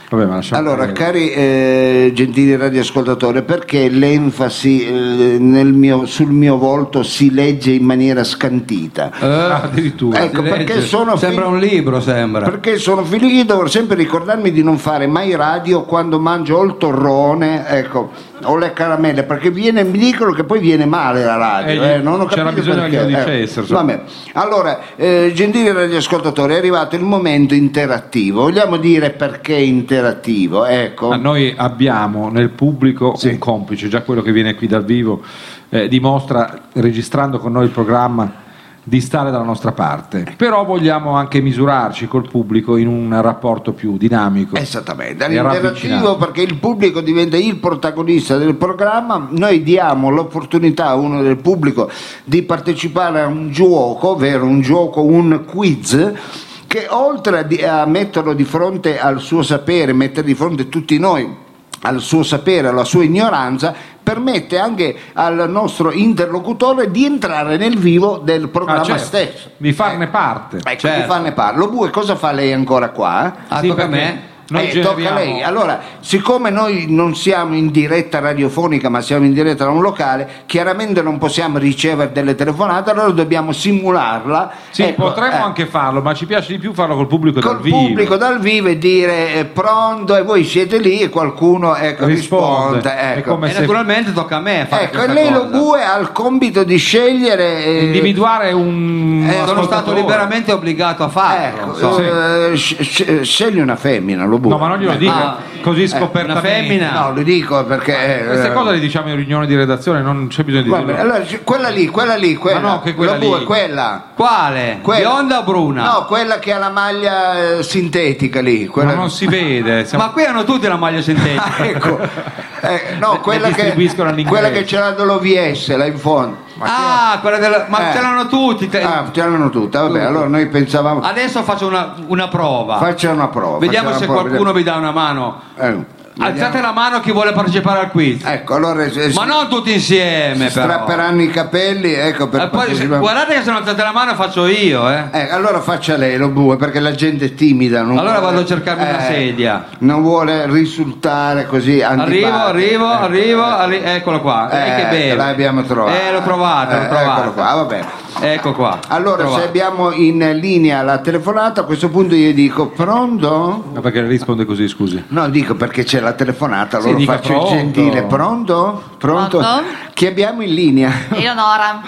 Vabbè, ma lasciamo Allora, perdere. cari eh, gentili radioascoltatori, perché l'enfasi eh, nel mio, sul mio volto si legge in maniera scantita? Ah, addirittura. Ecco, Si perché legge. sono Sembra figli- un libro, sembra. Perché sono figlio, io devo sempre ricordarmi di non fare mai radio quando mangio o il torrone, ecco, o le caramelle, perché viene, mi dicono che poi viene male la radio, Eh, eh, non ho c'era capito bisogno che perché. glielo eh. dicessero, insomma. Vabbè. Allora, eh, gentili radioascoltatori, è arrivato il momento interattivo. Vogliamo dire perché interattivo? Ecco. Ma noi abbiamo nel pubblico Sì. un complice, già quello che viene qui dal vivo eh, dimostra, registrando con noi il programma, di stare dalla nostra parte, però vogliamo anche misurarci col pubblico in un rapporto più dinamico. Esattamente, e all'interattivo, ravvicinato. perché il pubblico diventa il protagonista del programma. Noi diamo l'opportunità a uno del pubblico di partecipare a un gioco, ovvero un gioco, un quiz, che oltre a, di- a metterlo di fronte al suo sapere, mettere di fronte tutti noi al suo sapere, alla sua ignoranza, permette anche al nostro interlocutore di entrare nel vivo del programma Ah, certo, stesso. di farne parte. Ecco, certo. di farne parte. Lo Bue, cosa fa lei ancora qua? Ah, Sì, tocca a perché me. noi Eh, tocca a generiamo- lei. Allora, siccome noi non siamo in diretta radiofonica, ma siamo in diretta da un locale, chiaramente non possiamo ricevere delle telefonate, allora dobbiamo simularla. Sì, Ecco, potremmo eh, anche farlo, ma ci piace di più farlo col pubblico col dal vivo. pubblico dal vivo e dire eh, pronto, e voi siete lì e qualcuno ecco, Risponde. risponde. È Ecco. come E se- naturalmente tocca a me fare Ecco, e questa lei lo cosa. Bue ha il compito di scegliere eh, individuare un Eh, Sono stato ascoltatore. liberamente obbligato a farlo. ecco, insomma. eh, sc- sc- scegli una femmina, lo Bue. No, ma non glielo Eh, dica Ah, così eh, scopertamente. una femmina? No, lo dico perché eh, Queste cose le diciamo in riunione di redazione, non c'è bisogno di va dirlo. bene, allora, c- quella lì, quella lì, quella. no, che quella Lo Bue, lì. quella. Quale? Quella. Bionda o bruna? No, quella che ha la maglia eh, sintetica lì. Quella... Ma non si vede. siamo- Ma qui hanno tutti la maglia sintetica. ecco. Eh, no, Le- quella le che, distribuiscono all'inglese. quella che c'era dell'O V S, là in fondo. Ah, quella della... ma Eh. ce l'hanno tutti. te- Ah, ce l'hanno tutta, vabbè, allora noi pensavamo. Adesso faccio una, una prova. Faccia una prova. Vediamo faccia se una prova, qualcuno mi dà una mano. vediamo. Eh, Alzate la mano chi vuole partecipare al quiz. Ecco, allora eh, Ma si- non tutti insieme, si però. strapperanno i capelli, ecco per E poi, se- partecipare. guardate che se non alzate la mano faccio io, eh. Eh, allora faccia lei lo Bue perché la gente è timida. Non Allora vuole- vado a cercarmi una sedia. Non vuole risultare così Arrivo, antipatico. arrivo, Eh, arrivo, eh, arri- eccolo qua. Eh, eh, che bello. l'abbiamo trovato. Eh, l'ho trovato, l'ho Eh, trovato. eccolo qua, va bene. Ecco qua. Allora, Trovato. se abbiamo in linea la telefonata, a questo punto io dico pronto? Ma perché risponde così, scusi? No, dico perché c'è la telefonata, Sì, allora dica faccio pronto. il gentile. Pronto? Pronto? Pronto? Chi abbiamo in linea? Eleonora.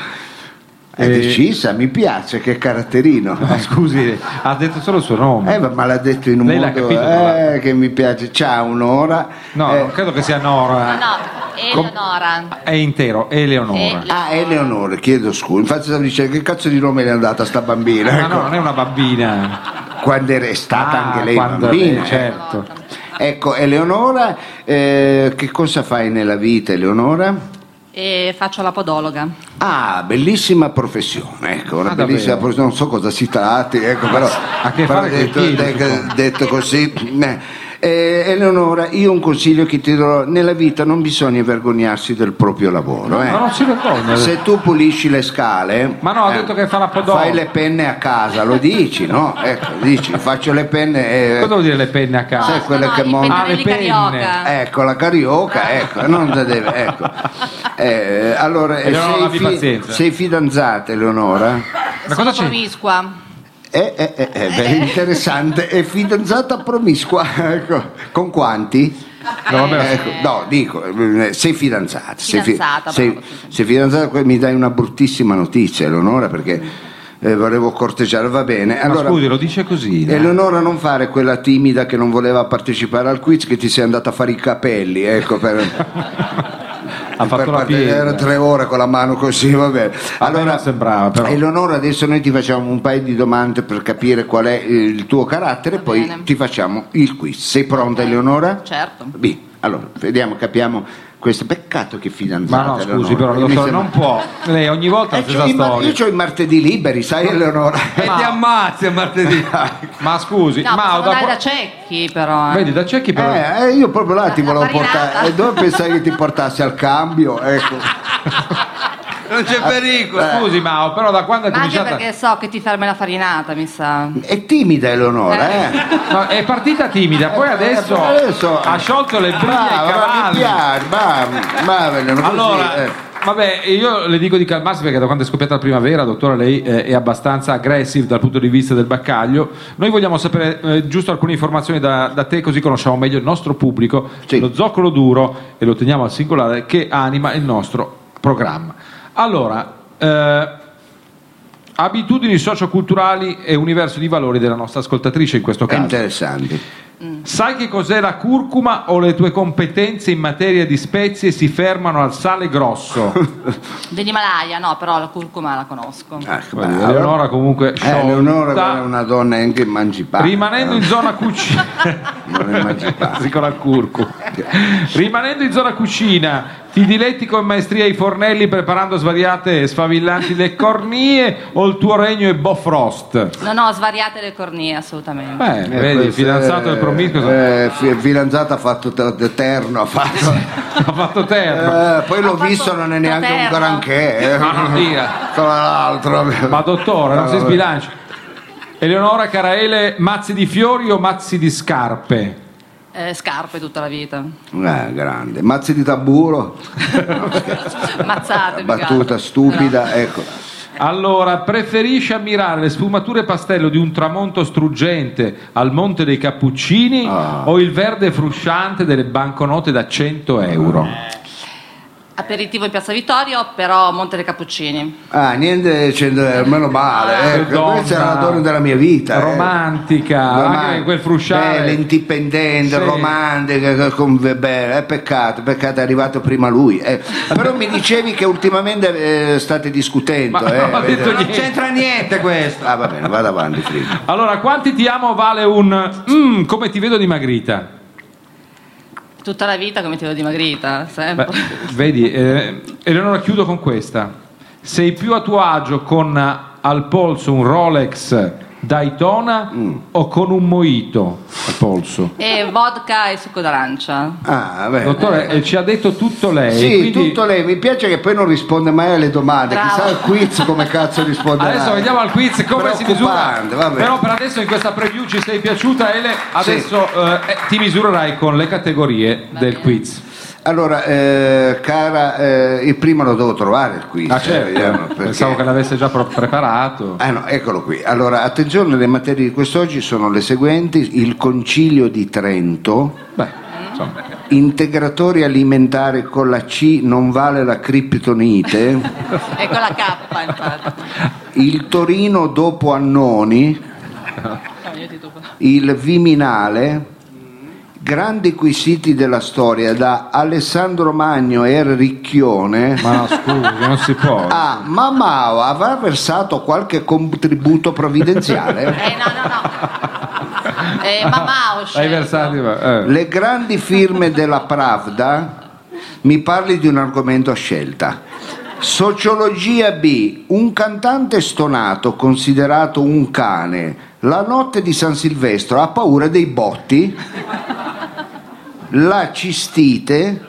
È Eh, decisa, mi piace, che caratterino. Ma scusi, ha detto solo il suo nome. Eh, ma l'ha detto in un Lei l'ha modo capito, tra eh, che mi piace. Ciao, un'ora. No, Eh, non credo che sia Nora. No, Eleonora. È intero, Eleonora. E- Ah, Eleonora, chiedo scusa. Infatti stavo dicendo che cazzo di nome è andata sta bambina? Ma Ecco. no, non è una bambina. Quando era stata Ah, anche lei quando- bambina. eh, certo. Ecco, Eleonora, eh, che cosa fai nella vita, Eleonora? E faccio la podologa. Ah, bellissima professione, ecco, una Ah, bellissima davvero? professione, non so cosa si tratti, ecco, però, ha che però fare coi detto, piedi, detto- suppongo. detto così. eh. Eh, Eleonora, io un consiglio che ti do: nella vita non bisogna vergognarsi del proprio lavoro. eh. Ma non si vergogna. Se tu pulisci le scale, Ma no, ha detto che fa la podologa. fai le penne a casa, lo dici, no? Ecco, dici, faccio le penne. eh, Cosa vuol dire le penne a casa? Sai No, quelle no, che i mon- Ah, le pennelli penne. carioca. Ecco, la carioca, ecco, non te deve, ecco. Eh, allora, eh, Eleonora, sei, abbi fi- pazienza. sei fidanzata, Eleonora? Ma Sono cosa c'è? promiscua. Eh, eh, eh, eh, beh, interessante, è fidanzata promiscua, ecco. Con quanti? No, vabbè. Ecco, no, dico, eh, sei fidanzata. sei fi- Fidanzata, sei, bravo, sì. sei fidanzata, que- mi dai una bruttissima notizia, Eleonora, perché eh, volevo corteggiare, va bene. Ma Allora, scusi, lo dice così. no? Eleonora, non fare quella timida che non voleva partecipare al quiz, che ti sei andata a fare i capelli, ecco, per... Ha fatto per la parte- piega. era tre ore con la mano così, vabbè. A me non sembrava, però. Eleonora, adesso noi ti facciamo un paio di domande per capire qual è il tuo carattere, Va poi bene. ti facciamo il quiz. Sei pronta, Eleonora? Certo. Beh, allora, vediamo, capiamo questo. Peccato che fidanzata. Ma no, Eleonora. scusi, però, Mi dottore, sembra- non può. Lei ogni volta Eh, la c'ho stessa i mar- storia. io ho i martedì liberi, sai, Eleonora? E ti ammazzi a martedì. Ma scusi, No, ma possiamo da andare qua- da Cecchi però. eh. Vedi, da Cecchi però. Eh, eh, io proprio là ti La volevo farinata. portare. E dove pensavi che ti portassi al cambio? Ecco. non c'è pericolo. Scusi Mao, però da quando è Ma anche cominciata... perché so che ti fermi la farinata, mi sa. È timida Eleonora, eh? No, è partita timida, poi Eh, adesso, adesso- ha sciolto le briglie ai Brava, ma mi cavalli. piace, ma, ma vengono così, Allora, eh. vabbè, io le dico di calmarsi perché da quando è scoppiata la primavera, dottore, lei eh, è abbastanza aggressive dal punto di vista del baccaglio. Noi vogliamo sapere eh, giusto alcune informazioni da, da te, così conosciamo meglio il nostro pubblico, Sì. lo zoccolo duro, e lo teniamo al singolare, che anima il nostro programma. Allora, eh, abitudini socioculturali e universo di valori della nostra ascoltatrice in questo È caso. interessante. Sai che cos'è la curcuma o le tue competenze in materia di spezie si fermano al sale grosso? Dell'Himalaya, no, però la curcuma la conosco. Ah, Guardi, brava. Eleonora comunque Eh, sciolta. Eleonora è una donna anche emancipata. Rimanendo in zona cucina, Non è emancipata. sì, con la curcuma. Rimanendo in zona cucina, ti diletti con maestria i fornelli preparando svariate e sfavillanti le cornie, o il tuo regno è Bofrost? Non ho svariate le cornie, assolutamente. Beh, Eh, vedi, questo fidanzato è- del promiscuo eh, fi- fidanzata ha fatto te- terno, ha fatto. ha fatto terra. Eh, poi l'ho Ha fatto visto, non è neanche un terno. granché. eh. Ma non dica. Tra l'altro. Ma dottore, non si sbilancia. Eleonora Caraele, mazzi di fiori o mazzi di scarpe? Eh, scarpe tutta la vita. Eh, grande. Mazzi di tamburo. Mazzate. più che Battuta altro. stupida, ecco. Allora, preferisci ammirare le sfumature pastello di un tramonto struggente al Monte dei Cappuccini Ah. o il verde frusciante delle banconote da cento euro? Aperitivo in Piazza Vittorio, però Monte dei Cappuccini. Ah, niente, cento euro, meno male. Che Ecco, donna questa è la donna della mia vita. eh. romantica, Roman- anche quel frusciare. Bella, indipendente, Sì. romantica, che- con- beh, è peccato, peccato è arrivato prima lui. eh. Però mi dicevi che ultimamente eh, state discutendo. Ma eh, non ha vedi? detto Non niente. c'entra niente questo. Ah, va bene, vado avanti, Frigo. Allora, quanti ti amo vale un mm, come ti vedo dimagrita? Tutta la vita come ti vedo dimagrita, Beh, sempre. vedi, eh, Eleonora, chiudo con questa. Sei più a tuo agio con al polso un Rolex Daytona Mm. o con un mojito al polso? E vodka e succo d'arancia. Ah, bene. Dottore, eh, ci ha detto tutto lei. Sì, quindi tutto lei. Mi piace che poi non risponde mai alle domande. Bravo. Chissà il quiz come cazzo risponderà. adesso vediamo al quiz come si misura. Preoccupante, va bene. Però per adesso in questa preview ci sei piaciuta, Ele. Adesso eh, eh, ti misurerai con le categorie del quiz. Allora, eh, cara, eh, il primo lo devo trovare il quiz. Ah, eh, certo. vediamo, perché- Pensavo che l'avesse già pro- preparato. Ah no, eccolo qui. Allora, attenzione, le materie di quest'oggi sono le seguenti: il Concilio di Trento, Beh, insomma. integratori alimentari con la C non vale la criptonite, E con la K, infatti. il Torino dopo Annoni, No, io ti tupo. il Viminale, grandi quesiti della storia da Alessandro Magno e Ricchione. Ma no, scusi, non si può. Ah, ma Mao avrà versato qualche contributo provvidenziale? Eh, no, no, no. Eh, mamma ho Hai scelto. versati, ma- eh. Le grandi firme della Pravda, mi parli di un argomento a scelta. Sociologia B, un cantante stonato considerato un cane, la notte di San Silvestro ha paura dei botti, la cistite,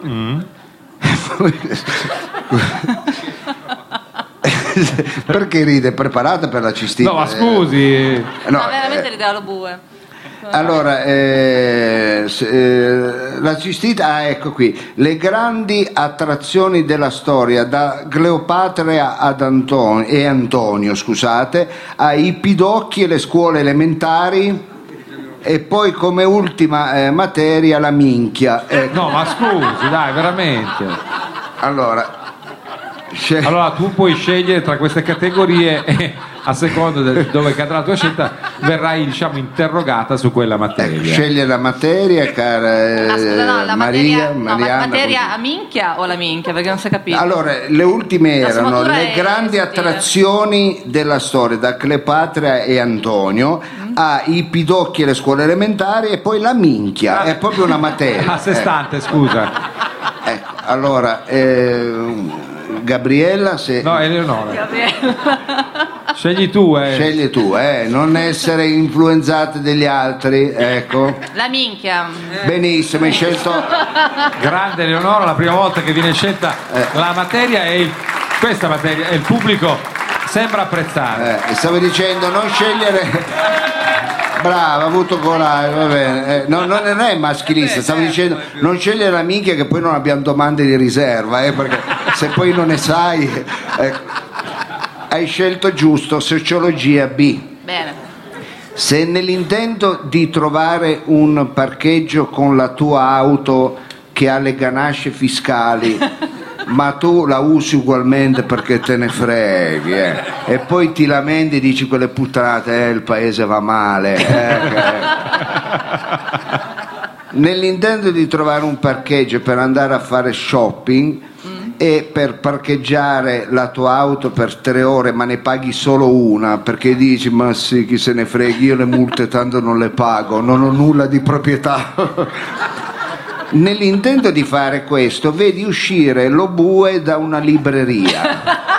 perché ride? Preparata per la cistite? No, ma scusi. Eh, no, No, veramente eh, l'idea lo bue. allora, eh, s- eh, la cistite, ah, ecco qui, le grandi attrazioni della storia, da Cleopatra ad Antonio, e Antonio, scusate, ai Pidocchi e le scuole elementari, e poi come ultima eh, materia la minchia. Ecco. No, ma scusi, dai, veramente. Allora, scel- Allora tu puoi scegliere tra queste categorie e a seconda di dove cadrà la tua scelta verrai, diciamo, interrogata su quella ecco, materia. sceglie la materia, cara eh, Ah, scusa, no, la Maria, materia, no, ma Marianna, materia così. a minchia o la minchia? Perché non si è capito. Allora, le ultime La erano sfumatura le è grandi sottile. attrazioni della storia, da Cleopatra e Antonio Mm. a i Pidocchi e le scuole elementari, e poi la minchia, è proprio una materia. A sé stante, scusa. Eh, ecco, allora, eh, Gabriella, se No, Eleonora. Scegli tu, eh. scegli tu, eh, non essere influenzate dagli altri, ecco. La minchia. Benissimo, hai scelto. Grande Eleonora, la prima volta che viene scelta Eh. la materia e il questa materia e il pubblico sembra apprezzare. Eh, stavo dicendo non scegliere. Brava, ha avuto coraggio, va bene. Eh, no, non è maschilista, stavo dicendo non scegliere la minchia che poi non abbiamo domande di riserva, eh, perché se poi non ne sai. Eh, hai scelto giusto, sociologia B. Bene. Se nell'intento di trovare un parcheggio con la tua auto che ha le ganasce fiscali, ma tu la usi ugualmente perché te ne freghi, eh. E poi ti lamenti e dici quelle puttanate, eh, il paese va male. Eh, eh. Nell'intento di trovare un parcheggio per andare a fare shopping e per parcheggiare la tua auto per tre ore, ma ne paghi solo una perché dici ma sì, chi se ne freghi, io le multe tanto non le pago, non ho nulla di proprietà. Nell'intento di fare questo vedi uscire lo bue da una libreria.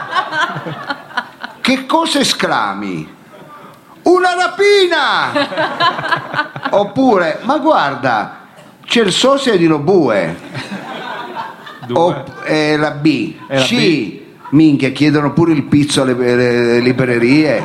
Che cosa esclami? Una rapina! Oppure ma guarda, c'è il sosia di lo bue. O, eh, la B. E la C. B. Minchia, chiedono pure il pizzo alle, alle librerie.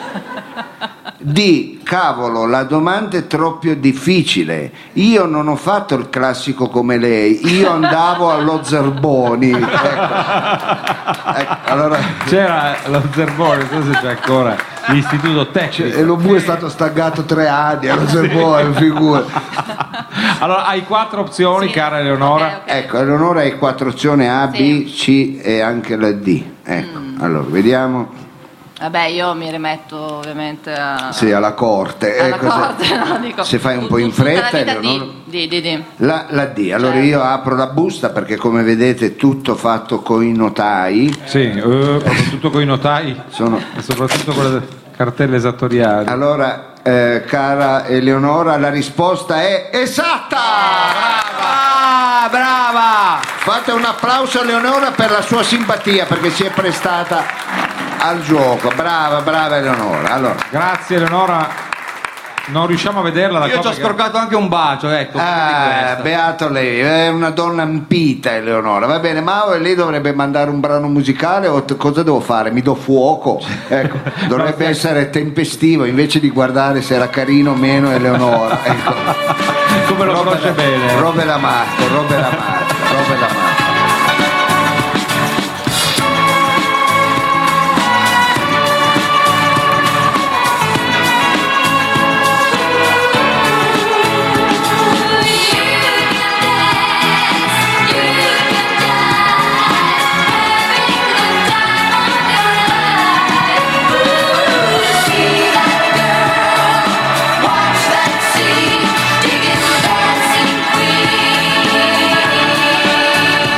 D. Cavolo, la domanda è troppo difficile. Io non ho fatto il classico come lei, io andavo allo Zerboni. Ecco. Ecco, allora... C'era lo Zerboni, non so se c'è ancora l'istituto tecnico. E lo bue è stato staggato tre anni allo Zerboni, figura. Allora hai quattro opzioni, Sì. cara Eleonora. Ok, ok. Ecco, Eleonora hai quattro opzioni A, B, C e anche la D. Ecco, allora vediamo. Vabbè, io mi rimetto ovviamente a... Sì, alla corte. alla Eh, cosa- corte, no, dico, Se fai un po' in tutta la fretta, vita Eleonora. di, di, di, di. La, la D, allora Certo. io apro la busta perché come vedete è tutto fatto con i notai. Sì, eh, soprattutto con i notai Sono... e soprattutto con le cartelle esattoriali. Allora, eh, cara Eleonora, la risposta è esatta! Brava! Brava! Fate un applauso a Eleonora per la sua simpatia perché si è prestata al gioco. Brava, brava Eleonora. Allora, Grazie Eleonora, non riusciamo a vederla da Io ci qua ho perché- scordato anche un bacio, ecco. ah, di questa. beato lei, è una donna impita Eleonora. Va bene, ma lei dovrebbe mandare un brano musicale o t- cosa devo fare? Mi do fuoco? Ecco, dovrebbe essere tempestivo invece di guardare se era carino o meno Eleonora. Ecco. come lo Robe conosce da- bene. Robe da matto, robe da matto, robe da matto. Digging, dancing queen.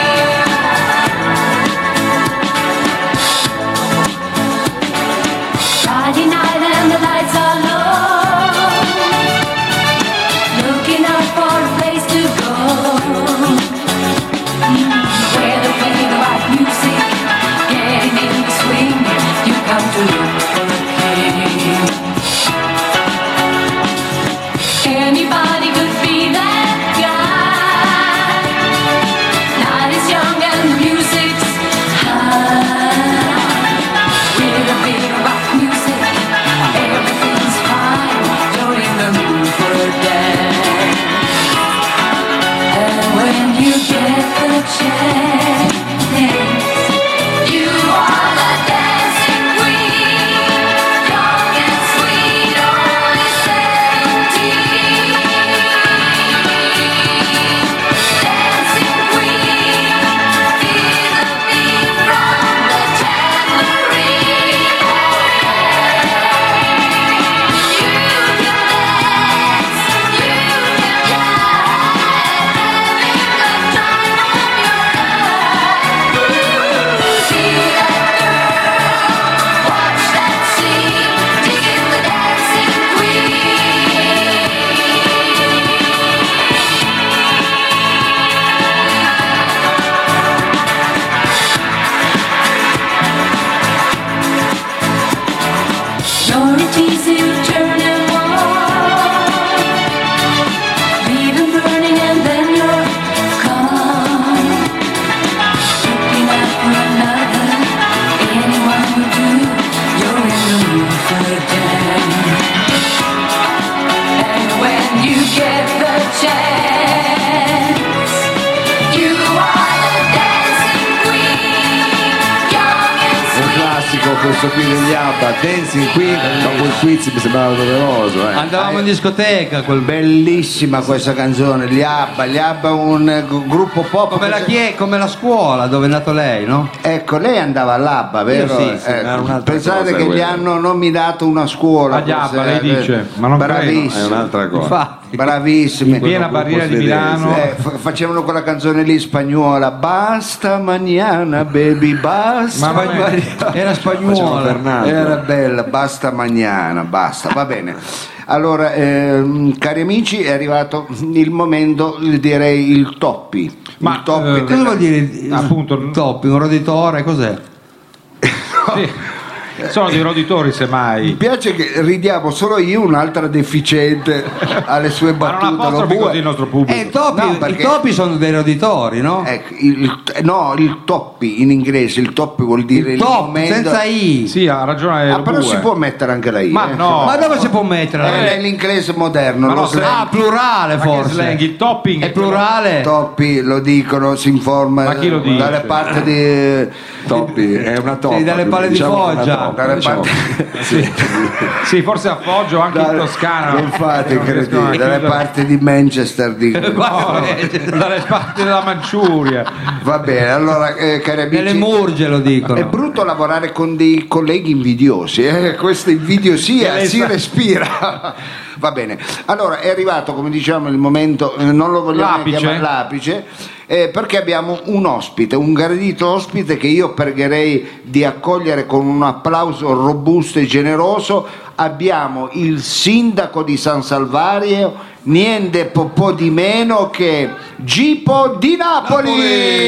questo qui degli ABBA, Dancing Queen, dopo il quiz mi sembrava doveroso. Eh. Andavamo in discoteca quel Bellissima questa canzone, gli ABBA, gli ABBA un eh, gruppo pop. come la, chie- come la scuola dove è nato lei, no? Ecco, lei andava all'ABBA, vero? Io sì, sì, Ecco, era un'altra pensate cosa che gli quella. hanno nominato una scuola. Agli ABBA, forse, lei eh, dice, ma non credo, È bravissimi, un'altra cosa. Infatti. bravissimi. in piena gruppo barriera di svedese. Milano. Eh, fa- facevano quella canzone lì spagnola, basta mañana baby, basta Ma vai- mañana. Era Faceva spagnuola. Fernando. Era bella, basta mañana, basta, va bene. Allora, ehm, cari amici, è arrivato il momento, direi il toppi. Ma, il toppi eh, Cosa della- vuol dire Appunto. toppi? Un roditore? Cos'è? Sì. Sono dei roditori Mi semmai. piace che ridiamo solo io un'altra deficiente alle sue Ma non battute. apostrofi lo bue- così il nostro pubblico. Eh, i topi, No, perché- i topi sono dei roditori, no? Ecco, il, il- no, il toppi in inglese, il toppi vuol dire il, Top, momento. senza I. Sì, ha ragione. Ah, lo però bue. si può mettere anche la I. Ma eh. no. Ma dove si può mettere? Eh, è l'inglese moderno, Ma lo no, slang. Ah, plurale Ma che forse. slang? Il topping È plurale? Toppi lo dicono, si informa Ma chi lo dice? dalle parti di Toppi, è una toppa. Sì, dalle palle di diciamo che è una Foggia. toppa, dalle diciamo. parti, Sì. Sì, forse a Foggio, anche in dalle- Toscana. infatti Non credo, riescono a dalle chiudere. parti di Manchester dicono. No, dalle parti della Manciuria. Va bene, allora eh, cari amici, Nelle murge lo è dicono. brutto lavorare con dei colleghi invidiosi, eh? Questa invidiosia Che lei si sa- respira. Va bene, allora è arrivato, come diciamo, il momento, eh, non lo vogliamo neanche L'apice? chiamare l'apice, eh, perché abbiamo un ospite, un gradito ospite che io pregherei di accogliere con un applauso robusto e generoso. Abbiamo il sindaco di San Salvario, niente po' po' di meno che Gipo di Napoli.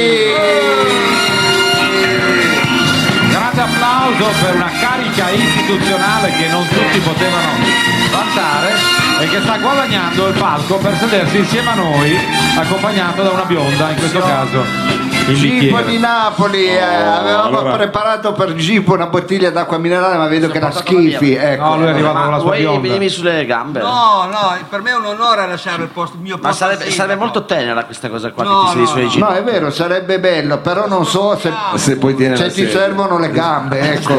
Grande applauso per una carica istituzionale che non tutti potevano vantare e che sta guadagnando il palco per sedersi insieme a noi, accompagnato da una bionda, in questo caso il Gipo bicchiere. di Napoli, eh, avevamo allora- preparato per Gipo una bottiglia d'acqua minerale, ma vedo che la schifi. Ecco. No, lui è arrivato con la sua Vuoi bionda. venirmi sulle gambe? No, no, per me è un onore lasciare il, posto, il mio posto. Ma sarebbe, al sarebbe sindaco. molto tenera questa cosa qua No, che ti sei no, dei suoi no. giri. No, è vero, sarebbe bello, però non so se, Se poi tiene se la ti sedia. servono le gambe, ecco.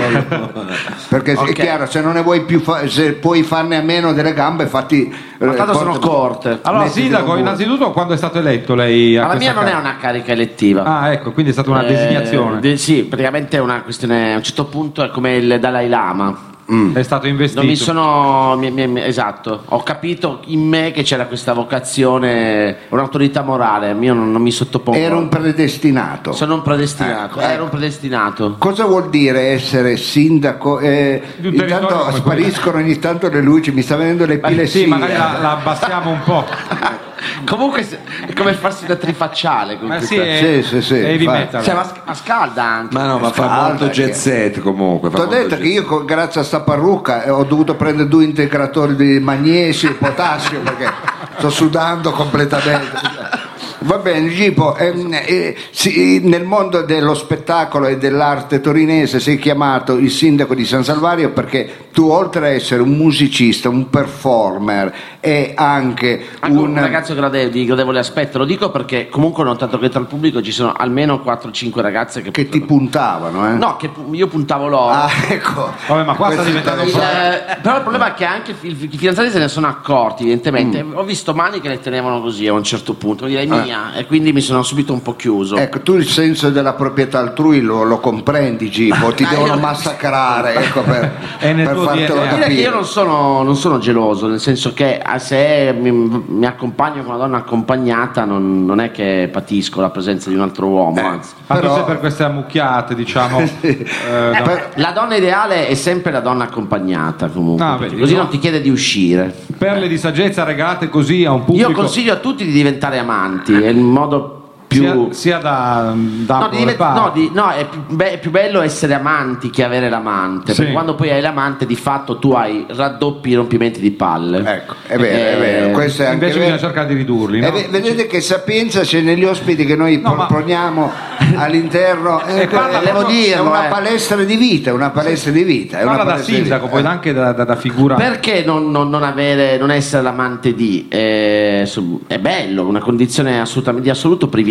Perché è Ok. chiaro, se non ne vuoi più fa- se puoi farne a meno delle gambe, fatti. Ma tanto eh, sono porta- corte. Allora, mettiti sindaco, un- innanzitutto quando è stato eletto lei a Ma la questa mia non è carica? una carica elettiva. Ah, ecco, quindi è stata una Eh, designazione. de- sì, praticamente è una questione. A un certo punto è come il Dalai Lama. È stato investito. Non mi sono. mi- mi- mi- esatto, ho capito in me che c'era questa vocazione, un'autorità morale. Io non, non mi sottopongo. Era un predestinato. Sono un predestinato. Ecco, Ero ecco. un predestinato. Cosa vuol dire essere sindaco? Eh, Di un territorio intanto come spariscono ogni tanto le luci, mi sta venendo Beh, l'epilessia. sì, magari la, la abbassiamo un po'. Comunque se- è come farsi da trifacciale. con Ma questa- sì, è, Sì, sì, sì, è heavy infatti. metal. Cioè, ma, ma scalda anche. Ma no, ma fa Scalda molto jet che- set comunque. fa Ti ho molto detto jet che io co- grazie a sta parrucca eh, ho dovuto prendere due integratori di magnesio e potassio perché sto sudando completamente. Va bene, Gipo, ehm, eh, sì, nel mondo dello spettacolo e dell'arte torinese sei chiamato il sindaco di San Salvario perché tu, oltre a essere un musicista, un performer e anche, Anche un, un ragazzo grade- di gradevole aspetto, lo dico perché comunque ho notato che tra il pubblico ci sono almeno quattro cinque ragazze che, che ti puntavano, eh? no, che pu- io puntavo loro. Ah, ecco. Vabbè, ma qua sta Questo diventando te lo un so. Eh, però il problema è che anche i, i fidanzati se ne sono accorti, evidentemente. Mm. Ho visto mani che le tenevano così a un certo punto, direi mia, e quindi mi sono subito un po' chiuso. Ecco, tu il senso della proprietà altrui lo, lo comprendi, Gipo, ti Ah, devono io- massacrare, ecco, per, È nel per tuo fartelo D N A. Devo dire che capire. io non sono, non sono geloso, nel senso che ah, se mi, mi accompagno con una donna accompagnata non, non è che patisco la presenza di un altro uomo, anzi. Ma tu Però- sei per queste ammucchiate, diciamo. eh, no. Per- La donna ideale è sempre la donna accompagnata comunque, Ah, perché vedi, così no. non ti chiede di uscire. Perle di saggezza regalate così a un pubblico. Io consiglio a tutti di diventare amanti, è il modo più... sia, sia da, da No, di le divent- parti. no, di- no, è, più be- è più bello essere amanti che avere l'amante, Sì. perché quando poi hai l'amante di fatto tu hai raddoppi rompimenti di palle. Ecco, è vero, è Eh, vero, questo è anche Invece vero. bisogna cercare di ridurli, E no? ve- vedete che sapienza c'è negli ospiti che noi No, ma- proponiamo all'interno, E parla è devo una- dirlo, è una eh. palestra di vita, è una palestra di vita, è una Parla da palestra di sindaco, vita. poi anche da, da, da figura. Perché non, non- non avere, non essere l'amante di? Eh, su- è bello, una condizione assolutamente, di assoluto privilegio.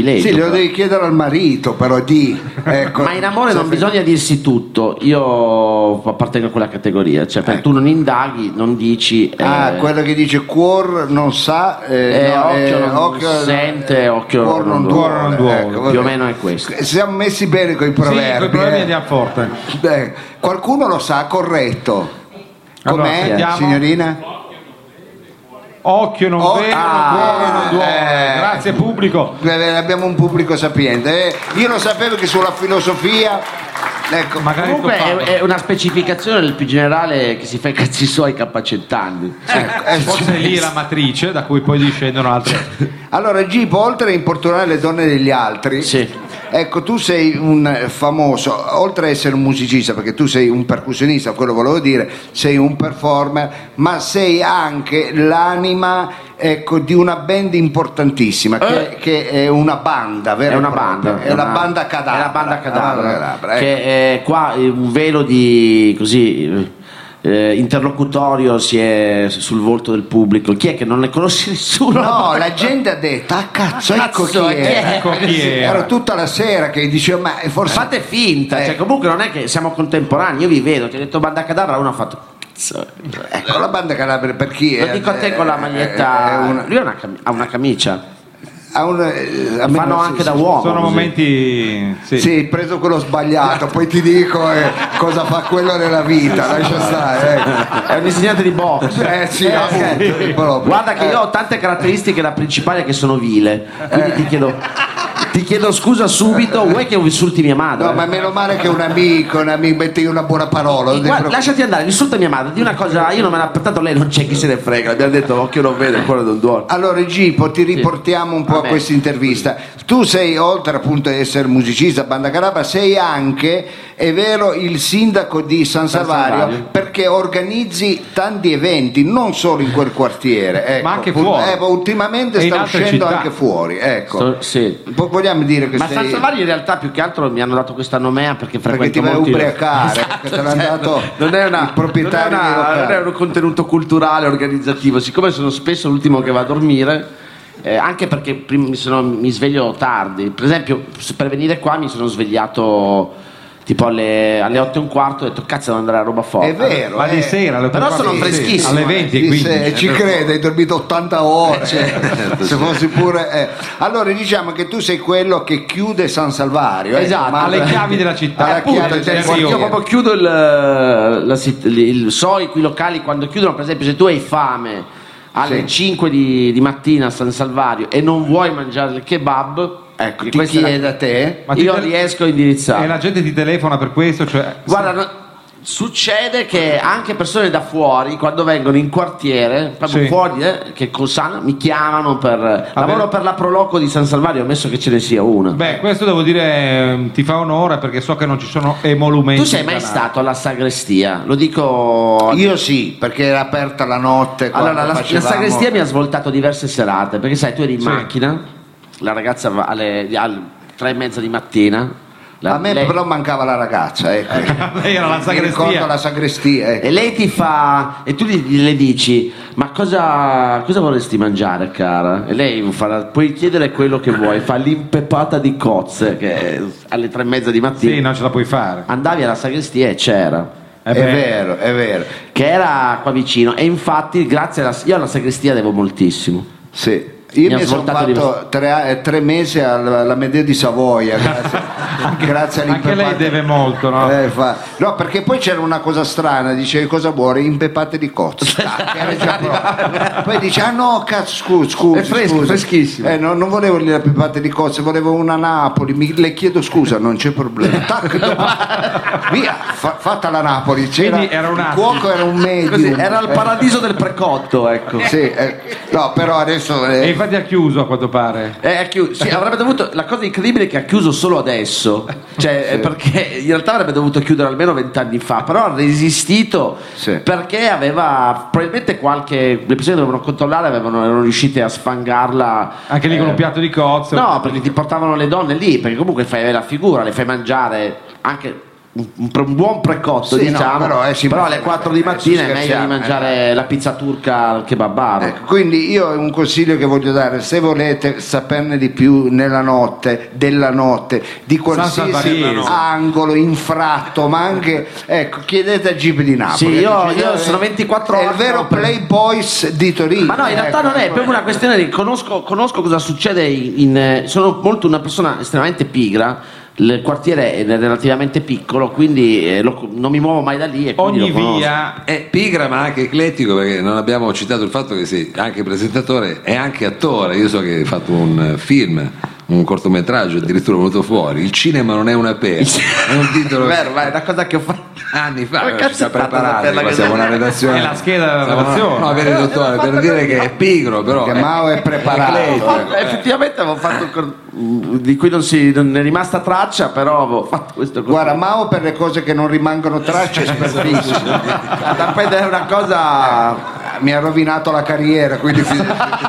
privilegio. Sì, lo però. devi chiedere al marito, però di. Ecco, Ma in amore non se- bisogna dirsi tutto. Io appartengo a quella categoria, cioè per tu non indaghi, non dici. eh, Ah, quello che dice cuor non sa, eh, eh, no, occhio eh, non occhio- sente, occhio cuor non non duole. duole. non duole. Ecco, Più vabbè. o meno è questo. Siamo messi bene con i Sì, proverbi. con i problemi eh. andiamo forte. Beh, qualcuno lo sa, corretto. Allora, Com'è, sentiamo. signorina? Occhio non Oh, vede, ah, cuore non duole. eh. Grazie pubblico. Eh, Abbiamo un pubblico sapiente. eh. Io lo sapevo che sulla filosofia. Ecco, Magari Comunque detto è, Paolo. è una specificazione del più generale che si fa i cazzi suoi a cent'anni. ecco, eh, Forse lì è la matrice da cui poi discendono altre. Allora, Gipo, oltre a importunare le donne degli altri, Sì. ecco, tu sei un famoso, oltre a essere un musicista, perché tu sei un percussionista, quello volevo dire, sei un performer, ma sei anche l'anima, ecco, di una band importantissima, che, che è una banda, vera È una e propria. banda, è la una- banda Cadabra. È la banda Cadabra, La banda Cadabra, ecco. che è qua è un velo di così eh, interlocutorio si è sul volto del pubblico. Chi è che non ne conosce nessuno? No, la gente ha detto, ah cazzo, ecco chi Cazzo, era. chi è? Ecco chi era. Ero tutta la sera che dicevo, ma forse... Fate finta, Eh. cioè comunque non è che siamo contemporanei, io vi vedo, ti ho detto banda Cadabra, uno ha fatto cazzo. Ecco, la banda Cadabra per chi Lo è? dico a te con la maglietta, È una- lui ha una, cam- ha una camicia, ha un, eh, a me fanno non- anche sì, da sì. uomo. Sono così. momenti. Sì. Sì, preso quello sbagliato, poi ti dico eh, cosa fa quello nella vita, lascia stare. ecco. È un insegnante di box. Eh sì, appunto, proprio. Guarda che Eh, io ho tante caratteristiche, la principale è che sono vile, quindi ti chiedo ti chiedo scusa subito, vuoi che insulti mia madre? No, ma meno male che un amico, un amico, metti una buona parola. non devi Guarda, proprio- lasciati andare, insulta mia madre, di una cosa, io non me l'ha tanto lei non c'è, chi se ne frega, abbiamo detto occhio non vede, cuore non duole. Allora Gipo, ti riportiamo un po' Vabbè. a questa intervista. Tu sei, oltre appunto ad essere musicista, banda Cadabra, sei anche, è vero, il sindaco di San Salvario, Salvario. perché organizzi tanti eventi, non solo in quel quartiere. Ecco. Ma anche Pu- fuori. eh, ma ultimamente E in sta altre uscendo città. anche fuori. Ecco. Sto- sì. Po- Vogliamo dire che Ma sei... San Salvario in realtà più che altro mi hanno dato questa nomea perché perché ti frequento vai a molti ubriacare, Esatto, perché te l'ha cioè, dato non è una, il proprietario non è, dei una- locali. non è un contenuto culturale organizzativo, siccome sono spesso l'ultimo che va a dormire, eh, anche perché prima mi, sono- mi sveglio tardi, per esempio per venire qua mi sono svegliato tipo alle, alle otto e un quarto, ho detto cazzo devo andare a roba forte. È vero, Ma di eh. sera, alle Però sono sì, freschissimo, alle venti e Sì, quindici. se- ci crede, hai dormito ottanta ore. Se fossi pure. eh. Allora diciamo che tu sei quello che chiude San Salvario. eh. Esatto, Ma- alle chiavi della città. Alla Appunto, chiave cioè, del Rio. io quartiere. proprio chiudo il, la sit- il so i- quei locali quando chiudono, per esempio se tu hai fame alle Sì. cinque di, di mattina a San Salvario e non vuoi mangiare il kebab, Ecco, che ti questa è la- chiede a te. Ma ti io te- riesco a indirizzare. E la gente ti telefona per questo, cioè. Guarda, no- succede che anche persone da fuori, quando vengono in quartiere, proprio Sì. fuori, eh, che cos'hanno, mi chiamano per. Lavoro beh. per la Proloco di San Salvario, ammesso che ce ne sia una. Beh, questo devo dire ehm, ti fa onore perché so che non ci sono emolumenti. Tu sei mai in canale. stato alla sagrestia? Lo dico. Io sì, perché era aperta la notte. Allora, quando la, la facevamo- sagrestia mi ha svoltato diverse serate, perché sai, tu eri in Sì. macchina, la ragazza va alle, alle tre e mezza di mattina. la- A me lei- però mancava la ragazza. Ecco. Lei era la Mi sagrestia. ricordo la sagrestia. ecco. E lei ti fa, e tu gli- le dici, ma cosa, cosa vorresti mangiare, cara? E lei fa, puoi chiedere quello che vuoi, fa l'impepata di cozze, che è alle tre e mezza di mattina. Sì, non ce la puoi fare. Andavi alla sagrestia e c'era. Eh È beh, vero, è vero. Che era qua vicino, e infatti, grazie alla, io alla sagrestia devo moltissimo. Sì. Io Mi mi, ha sono svoltato fatto tre, eh, tre mesi alla, alla Medea di Savoia, grazie, grazie anche lei all'impepata- deve molto, no? Eh, fa- no, perché poi c'era una cosa strana, dice cosa vuole? Impepate di cozze. Ah, che era già pronto. Poi dice, ah no, cazzo, scusa, scusa. È fresco, scusa. freschissimo. Eh, no, non volevo le impepate di cozze, volevo una Napoli, mi- le chiedo scusa, non c'è problema. Tac, dopo- via, fa- fatta la Napoli. C'era, Quindi era un il attimo. cuoco era un medium. Così, era il Eh, paradiso del precotto, ecco. sì, eh, no, però adesso... E eh, infatti ha chiuso a quanto pare. Eh, ha chiuso- sì, avrebbe dovuto, la cosa incredibile è che ha chiuso solo adesso, cioè, eh, perché in realtà avrebbe dovuto chiudere almeno vent'anni fa, però ha resistito Sì. perché aveva probabilmente qualche, le persone che dovevano controllare avevano, erano riuscite a sfangarla. Anche lì con eh, un piatto di cozze. No, perché ti portavano le donne lì, perché comunque fai la figura, le fai mangiare anche un, un buon precotto, Sì, no, diciamo, però, eh, si però può- alle quattro di eh, mattina si è meglio scherziamo, di mangiare la pizza turca al kebabaro. Ecco, quindi io un consiglio che voglio dare, se volete saperne di più nella notte, della notte, di qualsiasi Salvariese. angolo, infratto, ma anche, ecco, chiedete al Jeep di Napoli. Sì, io- Dice, io eh, sono ventiquattro è ore il vero per- Playboys di Torino. Ma no, in realtà ecco. non è, è proprio una questione di conosco, conosco cosa succede in, in- sono molto una persona estremamente pigra, il quartiere è relativamente piccolo, quindi eh, lo- non mi muovo mai da lì e quindi Ogni lo conosco. via È pigra ma anche eclettico, perché non abbiamo citato il fatto che sei anche presentatore e anche attore. Io so che hai fatto un film, un cortometraggio addirittura venuto fuori, Il cinema non è una pera, è un titolo Vero, ma è una cosa che ho fatto anni fa, Come ci cazzo sta hai fatto a preparando, saperla qua che- siamo una redazione, È la scheda della Siamo- redazione. no, vedi dottore, per dire che è pigro, però Che è- Mao è preparato. eclettico. Eh, effettivamente avevo fatto un cor- di cui non, si, non è rimasta traccia, però avevo fatto questo Guarda, Mao per le cose che non rimangono tracce è espertissimo. da prendere una cosa Mi ha rovinato la carriera, quindi fi-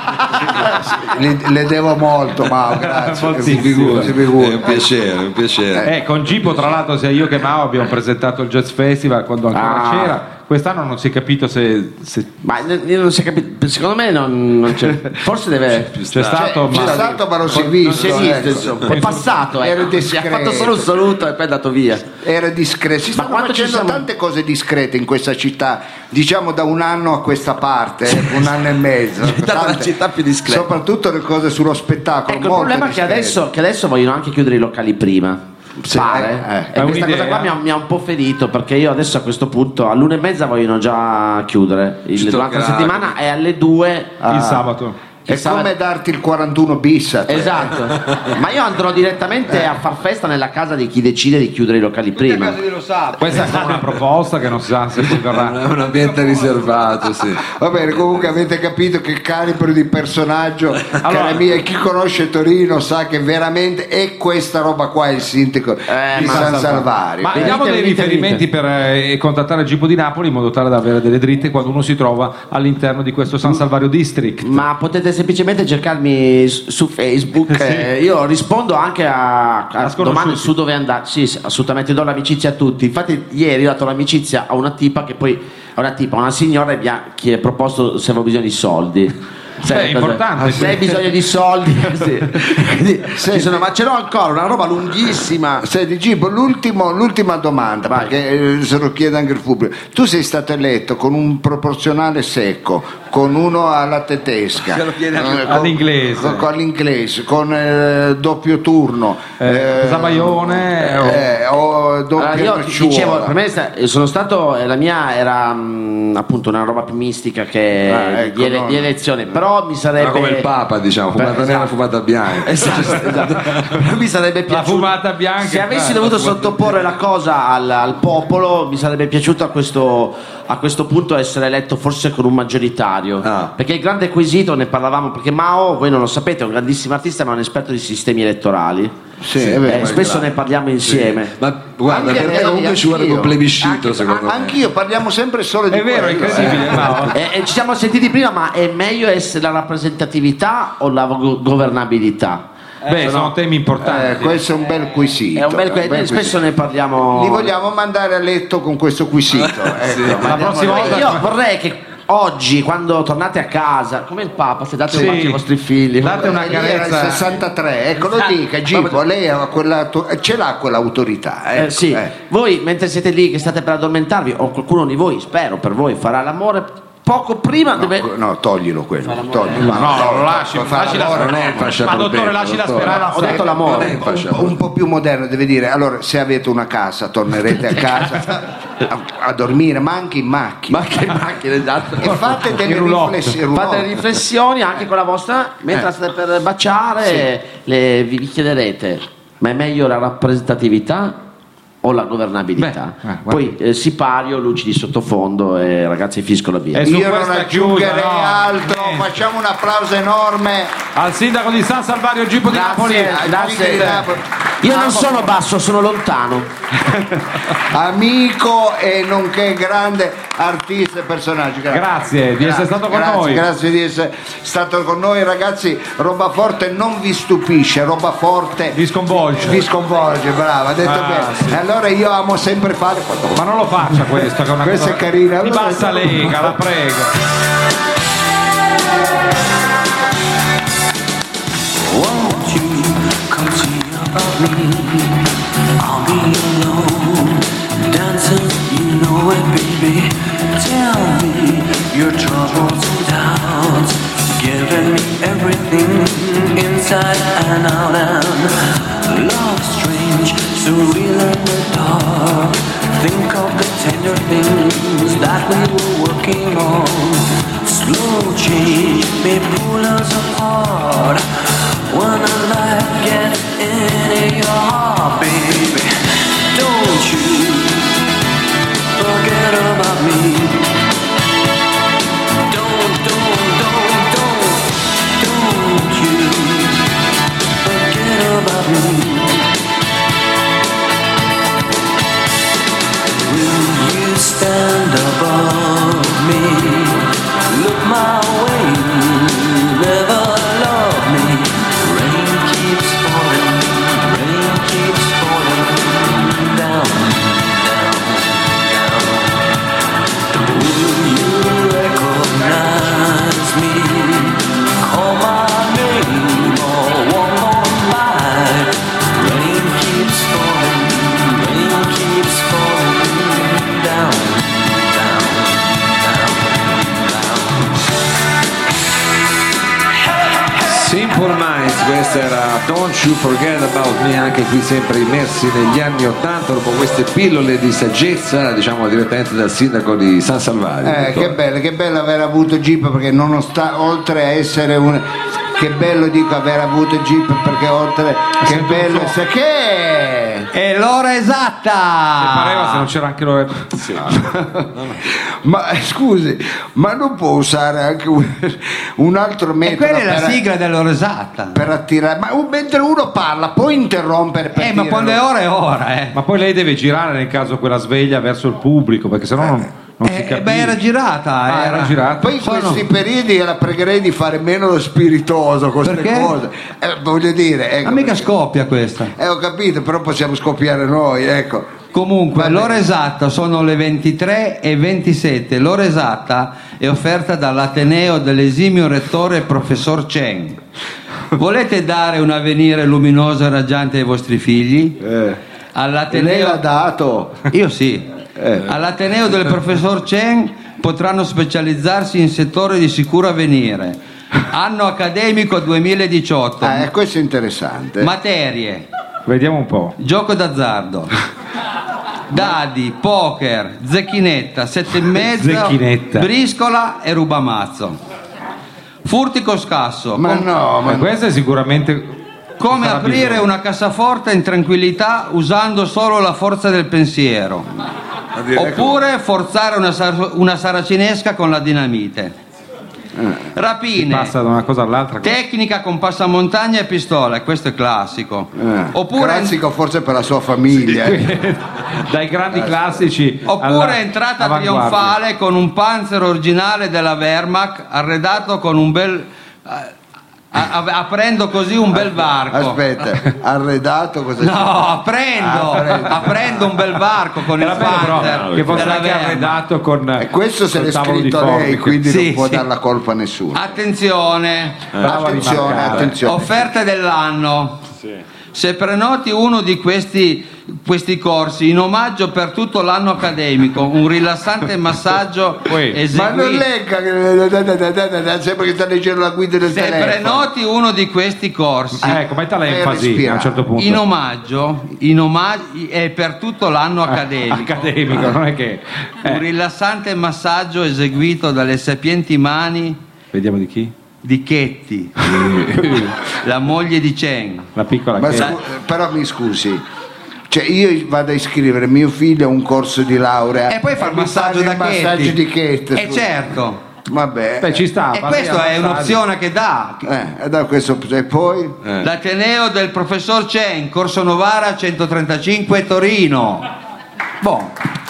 le, le devo molto, Mao, grazie. Moltissimo. Si figuri, si figuri. È un piacere, è un piacere. Eh, con Gipo, tra l'altro, sia io che Mao abbiamo presentato il Jazz Festival quando ancora Ah. c'era. Quest'anno non si è capito se, se ma n- io non si è capito, secondo me non, non c'è, forse deve c'è stato. C'è ma- stato, ma non si è non visto. si è visto, ecco. insomma. È passato, Era ecco. Si è discreto. fatto solo un saluto e poi è andato via. Era discreto. Si stanno quanto ci facendo siamo- tante cose discrete in questa città, diciamo da un anno a questa parte, ecco, un anno e mezzo. diventata la Tante- città più discreta. Soprattutto le cose sullo spettacolo. Ecco, il molto problema è che discrete. adesso, che adesso vogliono anche chiudere i locali prima. Sì, Pare. eh, eh. E È questa un'idea. cosa qua mi ha, mi ha un po' ferito, perché io adesso a questo punto all'una e mezza vogliono già chiudere il, Ci durante la toccherà. settimana e alle due il sabato. È il sabato- come darti il quarantuno bis a te. Esatto, ma io andrò direttamente a far festa nella casa di chi decide di chiudere i locali prima. Questa è una proposta che non si sa se poi È verrà. un- un ambiente riservato, sì. Va bene, comunque avete capito che calibro di personaggio, Allora- cara mia, chi conosce Torino sa che veramente è questa roba qua il sindaco Eh, di ma San San Salvario. Ma Venite, diamo dei venite, riferimenti per eh, contattare il Gipo di Napoli in modo tale da avere delle dritte quando uno si trova all'interno di questo San Salvario District. Ma potete semplicemente cercarmi s- su Facebook, eh, io rispondo anche a, a A sconosciuti. domande su dove andare. Sì, sì, assolutamente, do l'amicizia a tutti. Infatti, ieri ho dato l'amicizia a una tipa che poi a una tipa, a una signora e mi ha chi ha proposto se avevo bisogno di soldi. Beh, è cosa- importante. Se hai bisogno di soldi, sì. Quindi, Sì. mi sono- ma ce l'ho ancora, una roba lunghissima. Senti Gibo, l'ultimo- l'ultima domanda, Vai. perché eh, se lo chiede anche il pubblico. Tu sei stato eletto con un proporzionale secco, con uno alla tedesca, Se lo chiede anche eh, il- con- all'inglese. con, con l'inglese, con eh, doppio turno, Eh, Zabaione, o- eh, o doppia Allora, io ti nocciola. dicevo, per me sta- sono stato, eh, la mia era mh, appunto una roba più mistica che Ah, ecco, di, ele- no. di elezione, però mi sarebbe Era come il Papa, diciamo, fumata Beh, nera, esatto. fumata bianca. Esatto, esatto. Però mi sarebbe piaciuto fumata bianca, se avessi eh, dovuto la fumata- sottoporre la cosa al, al popolo, mi sarebbe piaciuto a questo, a questo punto essere eletto forse con un maggioritario, Ah. perché il grande quesito, ne parlavamo, perché Mao, voi non lo sapete, è un grandissimo artista ma è un esperto di sistemi elettorali. Sì, Sì, è vero. Eh, spesso ne parliamo insieme. Ma guarda, Anche per me adesso- comunque ci vorrebbe un anch'io. plebiscito, Anche- secondo me. Anch'io parliamo sempre solo di È vero, è quello, incredibile. eh. Mao. E, e ci siamo sentiti prima, ma è meglio essere la rappresentatività o la go- governabilità? Beh, sono temi importanti. Eh, questo è un bel quesito. È un bel è que- quesito. spesso ne parliamo. Li vogliamo mandare a letto con questo quesito. Ecco, La mandiamo prossima a letto. volta- Io vorrei che oggi, quando tornate a casa, come il Papa, se date Sì. un bacio ai vostri figli, Date una Lei era il carezza. sessantatré, ecco lo dica Gipo, lei ha quella, ce l'ha quell'autorità. Eh, Ecco, sì. eh. Voi mentre siete lì che state per addormentarvi, o qualcuno di voi, spero per voi, farà l'amore poco prima. No, deve... co- no, toglielo quello. Toglielo. Ma no, lo lasci, fa lasci la l'amore, non è no, in fascia Ma dottore, protetta, lasci la dottore. speranza. Ho detto l'amore. Non è in fascia un, un po' più moderno deve dire, allora se avete una casa tornerete a casa a, a dormire, ma anche in macchina. Ma che macchina, esatto. E fate delle Il roulotte. riflessioni. Fate delle riflessioni anche con la vostra, mentre Eh. state per baciare, le- vi, vi chiederete: ma è meglio la rappresentatività o la governabilità? Beh, eh, guarda. Poi eh, sipario, luci di sottofondo e ragazzi fisco la via. Eh, su Io non questa aggiungerei chiusa, no, altro, niente. facciamo un applauso enorme. Al sindaco di San Salvario Gipo di Napoli. Grazie, grazie. di Napoli. Io non Amo- sono basso, sono lontano. Amico e nonché grande artista e personaggio. Grazie di essere stato con grazie, noi. Grazie di essere stato con noi, ragazzi. Roba forte non vi stupisce, roba forte Vi sconvolge. vi sconvolge, brava, ha detto Ah, bene. sì. E allora io amo sempre fare quando... Ma non lo faccia questo, che è una Questa cosa è carina. di bassa lega, la prego. Won't you come see about me? I'll be alone, dancing, you know it, baby. Tell me your troubles and doubts, giving me everything inside and out, and love strange, so real in the dark. Think of the tender things that we were working on. Slow change may pull us apart. When a life gets in your heart, baby, don't you forget about me. Don't, don't, don't, don't, don't you forget about me. Will you stand above me? Look my way, never love me. Rain keeps falling, rain keeps falling down, down, down. Will you recognize me? Call my name or one more night. Rain keeps falling, rain keeps falling down, down, down, down. Simple Minds, questa era Don't You Forget About Me, anche qui sempre immersi negli anni ottanta dopo queste pillole di saggezza, diciamo direttamente dal sindaco di San Salvario. Eh, che bello, che bello aver avuto Jeep, perché nonostante, oltre a essere un... Che bello dico aver avuto Jeep, perché oltre... Che bello... Se che... È l'ora esatta! Pareva se non c'era anche l'ora. Sì. Ma eh, scusi, ma non può usare anche un, un altro E metodo quella è la per, sigla dell'ora esatta. per attirare? Ma uh, mentre uno parla può interrompere per Eh, ma dire- quando è ora è ora, eh. Ma poi lei deve girare nel caso quella sveglia verso il pubblico, perché sennò non, non si Eh, capisce. beh, era girata, Ah, era girata. Poi in Sono- questi periodi la pregherei di fare meno lo spiritoso con queste Perché? cose. Eh, voglio dire, ecco, Ma mica scoppia questa. eh, ho capito, però possiamo scoppiare noi, ecco. Comunque, Va l'ora bene. esatta sono le ventitré e ventisette. L'ora esatta è offerta dall'Ateneo dell'esimio rettore professor Chen. Volete dare un avvenire luminoso e raggiante ai vostri figli? Eh. E lei All'Ateneo l'ha dato. Io sì. Eh. All'Ateneo del professor Chen potranno specializzarsi in settore di sicuro avvenire. Anno accademico duemiladiciotto. Ah, eh, questo è interessante. Materie: Vediamo un po'. gioco d'azzardo, dadi, poker, zecchinetta, sette e mezzo, Zecchinetta. briscola e rubamazzo. Furti con scasso. Ma com- no, ma Ma questo è sicuramente. come sarà aprire bisogno. una cassaforte in tranquillità usando solo la forza del pensiero. Oppure forzare una, sar- una saracinesca con la dinamite. Rapine, Passa da una cosa all'altra. tecnica con passamontagna e pistola, questo è classico. Eh, Oppure, classico forse per la sua famiglia. eh. Dai grandi classici. oppure alla entrata avanguardia. trionfale con un Panzer originale della Wehrmacht arredato con un bel eh, a- a- aprendo così un bel varco. Aspetta, arredato cosa No, c'è? aprendo, Ah, prendo. aprendo un bel varco con Era il bello però Panzer che fosse della anche Wehrmacht. arredato con. E questo se col l'è tavolo di scritto lei, forbice. quindi Sì, non può sì. dar la colpa a nessuno. Attenzione, Bravo a attenzione, rimarcare. attenzione. offerte dell'anno. Se prenoti uno di questi, questi corsi in omaggio per tutto l'anno accademico, un rilassante massaggio Ui. Ma non eseguito. legga, che sembra che sta leggendo la guida del Se telefono. prenoti uno di questi corsi Eh, ecco, metta Eh, l'enfasi respira. a un certo punto. in omaggio, in omaggio è per tutto l'anno accademico. Accademico, non è che. Un eh, rilassante massaggio eseguito dalle sapienti mani Vediamo di chi? di Chetti, la moglie di Chen. La piccola Ma che. scu- però mi scusi, cioè io vado a iscrivere mio figlio a un corso di laurea E poi fa il mi massaggio fanno da il massaggio Chetti. di Kate. E certo. Vabbè. Beh, ci sta. E va questa via, è massaggi. un'opzione che dà. Eh, e da questo e poi L'Ateneo del professor Chen, Corso Novara centotrentacinque Torino. Boh.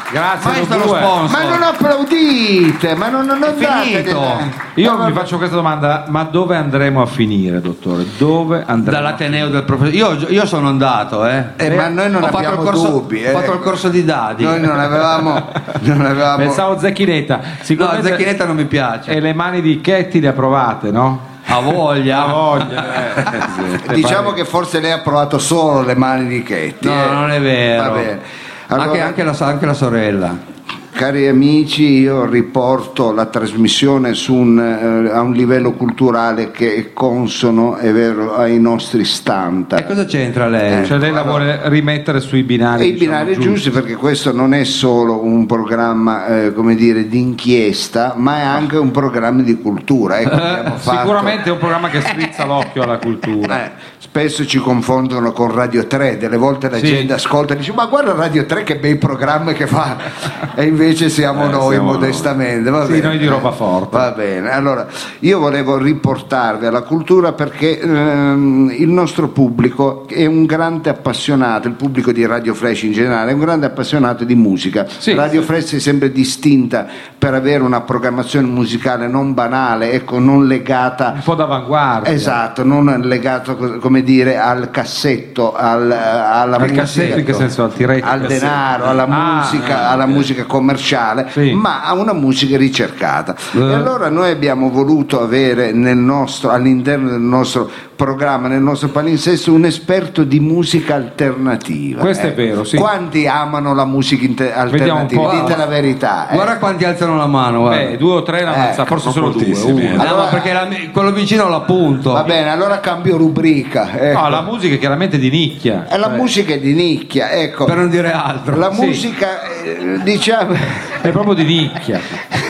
Grazie Questo è a lo due. sponsor. Ma non applaudite, ma non, non date finito. della- Io Ma mi vabbè. faccio questa domanda, ma dove andremo a finire, dottore? Dove andremo? Dall'Ateneo del professore. Io, io sono andato, eh. Eh, ma noi non Ho fatto abbiamo il corso, dubbi. eh. Ho fatto il corso di Dadi. Noi non avevamo, non avevamo Pensavo Zecchinetta. No, Sicuramente Zecchinetta non mi piace. E le mani di Chetti le ha provate, no? A voglia. A voglia. eh. Sì. diciamo che forse lei ha provato solo le mani di Chetti. No, eh. non è vero. Va bene. Allora, Anche, anche, la, anche la sorella. cari amici, io riporto la trasmissione su un, eh, a un livello culturale che è consono, è vero, ai nostri standard. E cosa c'entra lei? Cioè lei la vuole rimettere sui binari. E i diciamo, binari giusti. giusti, perché questo non è solo un programma eh, come dire di inchiesta, ma è anche un programma di cultura. Ecco, abbiamo fatto- Sicuramente è un programma che strizza l'occhio alla cultura. Eh, spesso ci confondono con Radio tre, delle volte la Sì. gente ascolta e dice ma guarda Radio tre che bei programmi che fa, e invece siamo Eh, noi siamo modestamente. Va Sì, bene. noi di roba forte. Va bene, allora io volevo riportarvi alla cultura perché ehm, il nostro pubblico è un grande appassionato, il pubblico di Radio Flash in generale è un grande appassionato di musica. Sì, Radio sì. Flash è sempre distinta per avere una programmazione musicale non banale, ecco, non legata Un po' d'avanguardia. esatto, non legato co- come dire al cassetto, al, alla Al musica, cassetto in che senso? Al tiretto? al Cassetto. denaro, alla Ah, musica, eh. alla musica commerciale, Sì. ma a una musica ricercata. Eh. E allora noi abbiamo voluto avere nel nostro, all'interno del nostro programma, nel nostro palinsesto, un esperto di musica alternativa. Questo è Ecco. vero, sì. Quanti amano la musica inter- Vediamo un alternativa? po'. Dite la verità. eh. Guarda quanti alzano la mano, guarda. Beh, due o tre l'hanno Eh, alzata, forse solo due. moltissimi, uno. eh. No, allora- ma perché la- quello vicino l'appunto. Va bene, allora cambio rubrica. ecco. No, la musica è chiaramente di nicchia. È la Cioè, musica è di nicchia, ecco. Per non dire altro. La Sì. musica, eh, diciamo, È proprio di nicchia.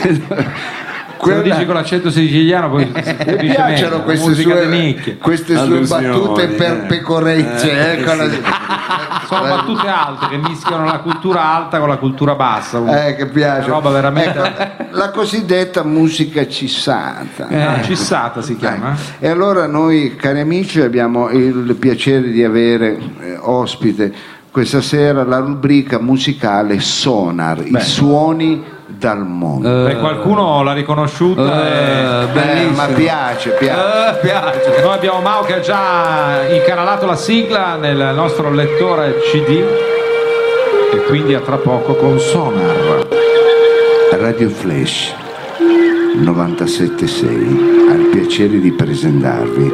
Se lo quella- dici con l'accento siciliano poi si mi capisce piacciono meglio. queste Musica sue, di nicchia. queste sue Allusioni, battute per eh. pecorecce. ecco, la- Sono battute alte che mischiano la cultura alta con la cultura bassa. eh, che piace. Una roba veramente- Ecco, la cosiddetta musica cissata. Ah, cissata si chiama. E allora noi, cari amici, abbiamo il piacere di avere eh, ospite questa sera la rubrica musicale Sonar, i suoni dal mondo. Beh, qualcuno l'ha riconosciuta. Eh, e- Eh, bellissimo. ma piace, piace. Eh, piace. Noi abbiamo Mao che ha già incanalato la sigla nel nostro lettore C D e quindi a tra poco con Sonar. Radio Flash novantasette sei ha il piacere di presentarvi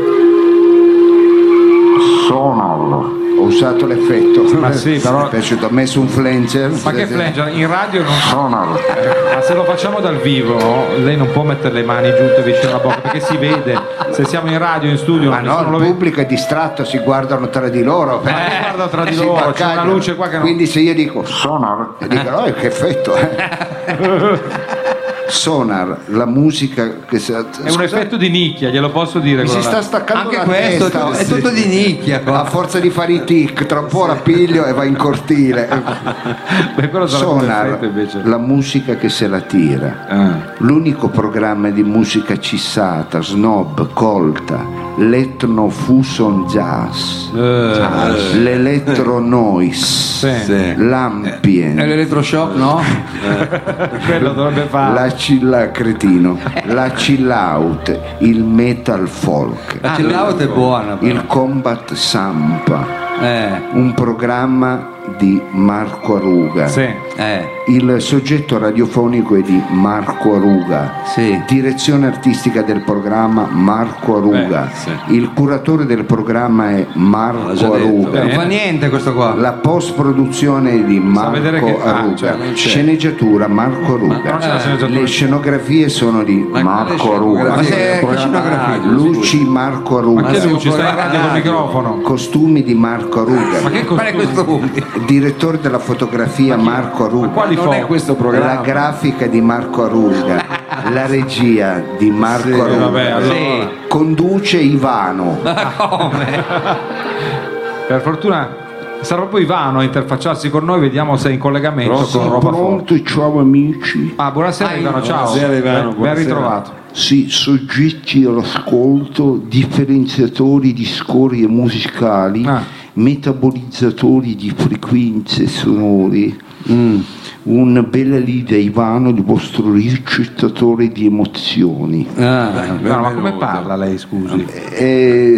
Sonar. Ho usato l'effetto. Ma sì, però- Mi è piaciuto, ho messo un flanger. Ma che flanger? In radio non. Sonar. Ma se lo facciamo dal vivo, lei non può mettere le mani giunte vicino alla bocca perché si vede. Se siamo in radio, in studio, Ma no, nessuno lo il vede. pubblico è distratto, si guardano tra di loro. Eh, guarda tra di Si loro, c'è baccagliano. una luce qua che non. Quindi se io dico Sonar, e dicono, oh, che effetto. eh." Sonar, la musica che si... È un effetto di nicchia, glielo posso dire. Mi si quello là. sta staccando Anche la questo testa. è tutto di nicchia qua. A forza di fare i tic, tra un po' la piglio e va in cortile. Beh, quello sarebbe un Sonar, effetto invece. la musica che se la tira. Ah. L'unico programma di musica cissata, snob, colta, l'ethno fusion jazz, Eh, l'electro noise, sì. l'ambient, È l'elettroshock, no? Quello dovrebbe fare. la chill cretino, la chill out, il metal folk, La chill out è buona. però. il combat sampa, Eh, un programma di Marco Aruga. Sì. eh, Il soggetto radiofonico è di Marco Aruga, sì. direzione artistica del programma Marco Aruga, il curatore del programma è Marco già detto. Aruga, Non fa niente questo qua. la post produzione è di vedere Marco che- ah, Aruga, cioè, non c'è. sceneggiatura Marco non Aruga, c'è la sceneggiatura. le scenografie sono di Marco Aruga, Ma se- che scenografia? luci Marco Ma che Aruga, luci? Stai in radio col microfono. costumi di Marco Aruga, Ma che Qual è questo costumi? punto? direttore della fotografia Marco Aruga, Quali Non è foto? questo la programma. grafica di Marco Aruga, la regia di Marco Sì, Aruga, vabbè, allora. Sì. conduce Ivano. Per fortuna sarà proprio Ivano a interfacciarsi con noi, vediamo se è in collegamento Pronto? con roba forte. Pronto, ciao amici. Ah, buonasera Ivano, ciao. Buonasera, Ivano, Ben- Ben buonasera. ritrovato. Sì, soggetti all'ascolto, differenziatori di scorie musicali, Ah. metabolizzatori di frequenze sonore, mm, una bella lì da Ivano, il vostro ricettatore di emozioni. Ah, No, ma come parla lei, scusi? Eh,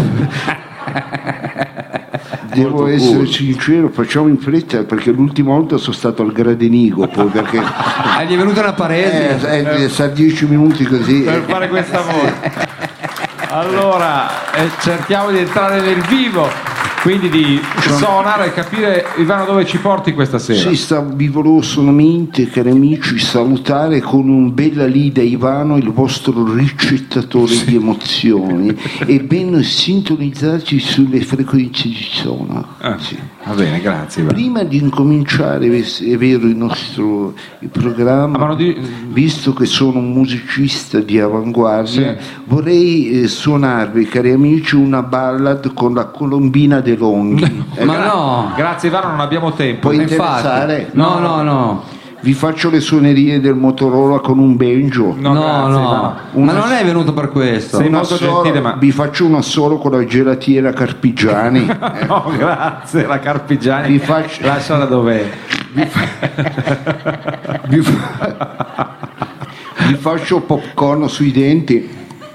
devo essere sincero, facciamo in fretta perché l'ultima volta sono stato al Gradenigo, poi perché Ah, gli è venuta una paresi. eh, eh, sa dieci minuti così. Per fare questa voce. Allora, eh, cerchiamo di entrare nel vivo, quindi di suonare e capire, Ivano, dove ci porti questa sera. Sì, sta, vi volevo solamente, cari amici, salutare con un bella lì da Ivano, il vostro ricettatore di emozioni, e ben sintonizzati sulle frequenze di zona. Ah, Sì. Va bene, grazie. Ivano. Prima di incominciare, è vero, il nostro il programma, Ah, ma non di- visto che sono un musicista di avanguardia, Sì. vorrei eh, suonarvi, cari amici, una ballad con la Colombina De Longhi. Eh, Ma no, Grazie Ivano, non abbiamo tempo. Può infatti. interessare? No, no, no. Vi faccio le suonerie del Motorola con un banjo. No, No, grazie, no. Ivano. Ma non è venuto per questo. Sei Una molto sola- gentile, ma- Vi faccio una solo con la gelatiera Carpigiani. Eh, No, grazie, la Carpigiani. Vi faccio- Lasciala dov'è. vi, fa- vi fa- vi faccio popcorn sui denti.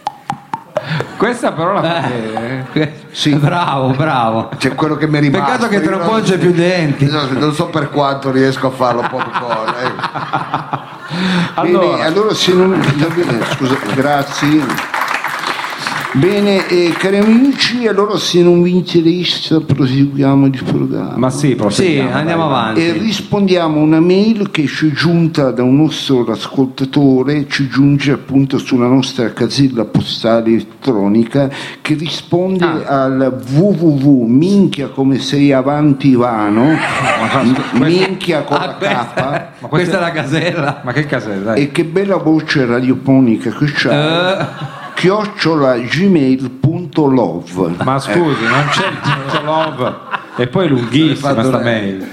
Questa però la fa bene. Eh, Sì. Bravo, bravo. C'è quello che mi è rimasto. Peccato che tra un Io po' non- non c'è più denti. No, non so per quanto riesco a farlo popcorn. eh. Allora, Bene, allora se non... eh, Scusa, grazie. Bene, eh, cari amici, allora se non vi interessa proseguiamo il programma. ma sì, Sì, proseguiamo, andiamo dai. avanti. E rispondiamo a una mail che ci è giunta da un nostro ascoltatore, ci giunge appunto sulla nostra casella postale elettronica, che risponde Ah. al www minchia come sei avanti Ivano, minchia con Ah, la questa, K, Ma questa è la casella. Ma che casella, dai. e che bella voce radiofonica che c'ha, Eh, chiocciola gmail punto love. Ma scusi, non c'è il punto love. E poi è lunghissima Fatto sta lei. mail.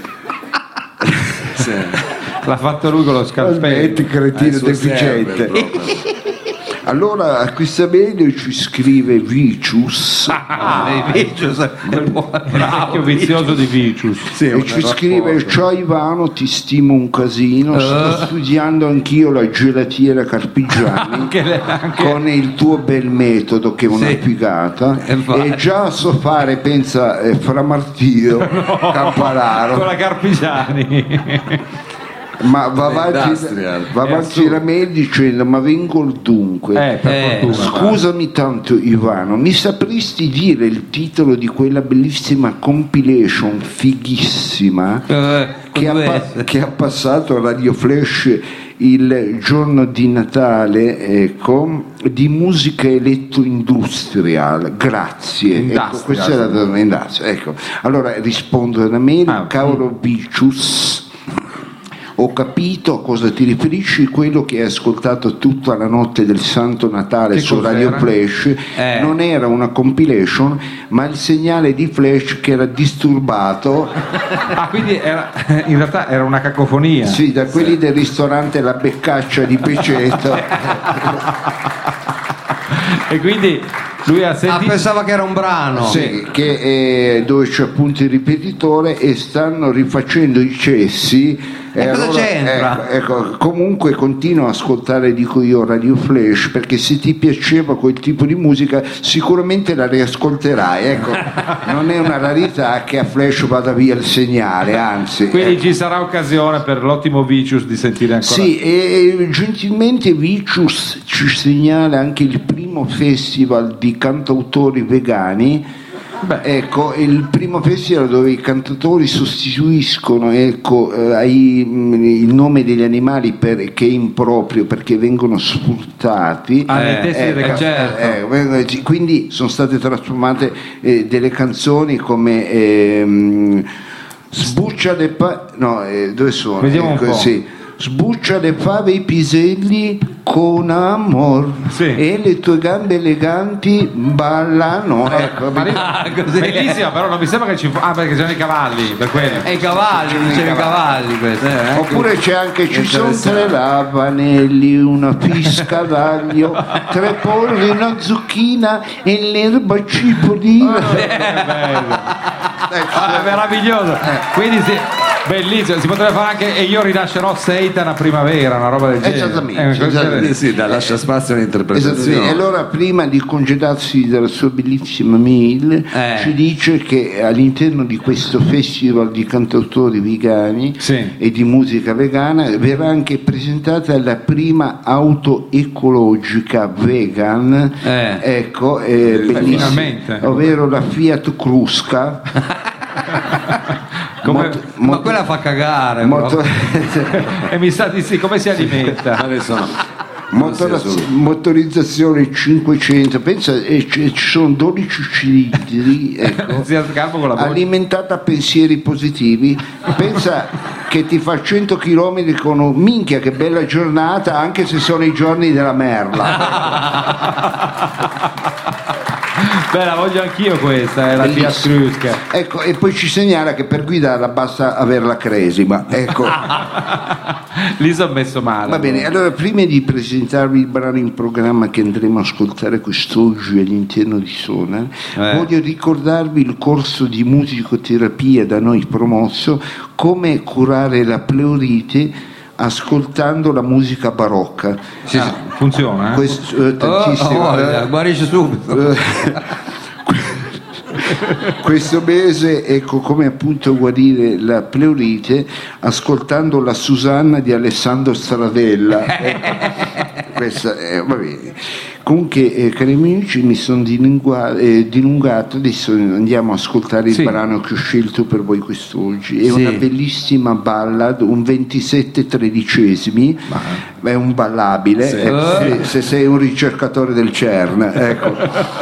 L'ha fatto lui con lo scalpello. Aspetti, cretino deficiente. Allora a questa mail ci scrive Vicius ah, Vicius, è buono, Il bravo. vecchio vizioso di Vicius. e ci scrive: ciao Ivano, ti stimo un casino, sto studiando anch'io la gelatiera Carpigiani Anche le- anche- con il tuo bel metodo che è una Sì. figata, E vai. e già so fare, pensa, eh, Fra Martino, Campanaro, Con la Carpigiani. ma va avanti, Industrial. va È avanti assurdo. la mail dicendo: ma vengo al dunque. Eh, per Eh, fortuna. Scusami tanto Ivano, mi sapresti dire il titolo di quella bellissima compilation fighissima Eh, che, ha, con due pa- S. che ha passato a Radio Flash il giorno di Natale, ecco, di musica elettroindustrial? Grazie. Ecco, Industrial. questa è la domanda. Industrial, ecco. Allora rispondo alla mail: Ah, cavolo Vicius, ho capito a cosa ti riferisci, quello che hai ascoltato tutta la notte del Santo Natale Che su cos'era? Radio Flash Eh. non era una compilation, ma il segnale di Flash che era disturbato, Ah, quindi era, in realtà era una cacofonia. sì, da quelli del ristorante La Beccaccia di Peceto. E quindi lui ha Ah, sentito. pensava che era un brano. Sì, che, eh, dove c'è appunto il ripetitore e stanno rifacendo i cessi. E cosa c'entra? Ecco, ecco, comunque continuo a ascoltare, dico io, Radio Flash, perché se ti piaceva quel tipo di musica sicuramente la riascolterai. Ecco, non è una rarità che a Flash vada via il segnale, anzi. Quindi eh. ci sarà occasione per l'ottimo Vicius di sentire ancora. Sì, e e gentilmente Vicius ci segnala anche il primo festival di cantautori vegani. Beh. Ecco, il primo festival dove i cantatori sostituiscono, ecco, eh, ai- mh, il nome degli animali per, che è improprio perché vengono sfruttati. Ah, nei Eh, testi eh, delle eh, canzoni. certo. Eh, vengono- quindi sono state trasformate eh, delle canzoni come ehm, Sbuccia de pa- no, eh, dove sono? Vediamo un Ecco, po'. sì. Sbuccia le fave e i piselli con amor, Sì. e le tue gambe eleganti ballano. Ecco, Ma lì- Ah, così. bellissima, però non mi sembra che ci fu- ah, perché c'erano i cavalli, per quello. E i cavalli, dicevi i cavalli questo, eh? Oppure c'è anche: ci sono tre lavanelli, una fisca d'aglio, tre polli, una zucchina e l'erba cipollina. Che bello. Ah, è meraviglioso. Quindi sì, Bellissimo, si potrebbe fare anche e io rinascerò Seitan a primavera, una roba del genere. Esattamente, Eh, così- esattamente. Eh sì, dai, lascia spazio Esattamente. all'interpretazione. E allora, prima di congedarsi dalla sua bellissima mail, Eh. ci dice che all'interno di questo festival di cantautori vegani Sì. e di musica vegana verrà anche presentata la prima auto ecologica vegan, Eh. ecco, eh, bellissima, finalmente. ovvero la Fiat Crusca. Come- Mot- Ma mot- quella fa cagare. moto- e mi sa di sì, come si alimenta? Adesso no. Motora- motorizzazione cinquecento, pensa, e c- ci sono dodici cilindri, ecco, Si scalpo con la bocca. alimentata a pensieri positivi. Pensa che ti fa cento chilometri con un minchia, che bella giornata, anche se sono i giorni della merla. Beh, la voglio anch'io questa, è la Fiat Bellissimo. Crusca. Ecco, e poi ci segnala che per guidarla basta avere la cresima, ecco. Lì sono messo male. Va bene, allora prima di presentarvi il brano in programma che andremo a ascoltare quest'oggi all'interno di Sonar, Eh. voglio ricordarvi il corso di musicoterapia da noi promosso, come curare la pleurite ascoltando la musica barocca. Sì, sì. Funziona, eh? Questo, eh, Oh, tantissimo, oh, eh. guarisce subito. Eh, questo mese, ecco, come appunto guarire la pleurite ascoltando la Susanna di Alessandro Stradella. Ecco, questa, eh, va bene. Comunque, eh, cari amici, mi sono dilungua- eh, dilungato, adesso andiamo a ascoltare il Sì. brano che ho scelto per voi quest'oggi. È Sì. una bellissima ballad, un ventisette tredicesimi, è un ballabile, Sì. ecco, se, se sei un ricercatore del CERN, ecco.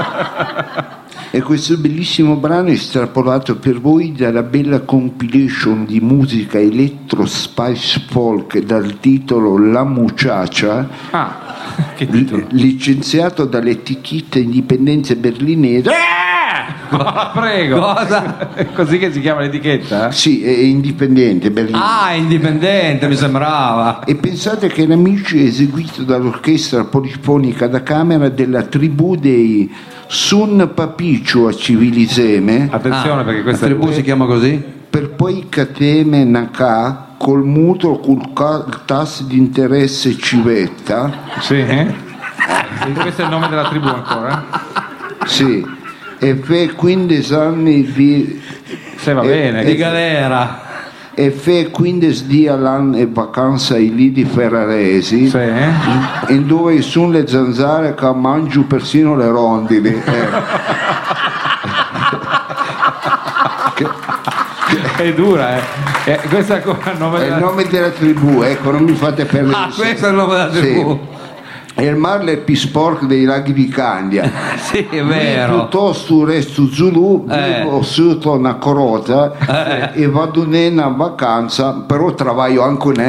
E questo bellissimo brano è estrapolato per voi dalla bella compilation di musica electro spice folk dal titolo La Muchacha, Ah, che li- titolo? licenziato dall'etichetta Indipendenza berlinese. Ma prego. Cosa? È così che si chiama l'etichetta? Sì, è indipendente, berlinese. Ah, è indipendente, mi sembrava. E pensate che l'Amici è eseguito dall'orchestra polifonica da camera della tribù dei Sun Papiccio a Civiliseme, Attenzione, Ah, perché questa la tribù si chiama così? per poi Cateme Naka col mutuo col ca- tasso di interesse civetta. Sì, eh? Sì, questo è il nome della tribù ancora? Sì, e fe quindici anni di Se va Eh, bene. Di galera. e fe quindici di all'anno e vacanza ai lidi ferraresi, Sì, eh? in dove sono le zanzare che mangio persino le rondini. eh. È dura, eh. Eh, questo è ancora il nome È il della... nome della tribù, ecco, non mi fate perdere Ah, il questo è il nome della Sì. tribù. E il mare è più sporco dei laghi di Candia. Sì, è Io vero. piuttosto resto Zulu, Eh. vivo sotto una corota Eh. e vado in a vacanza, però travaglio anche in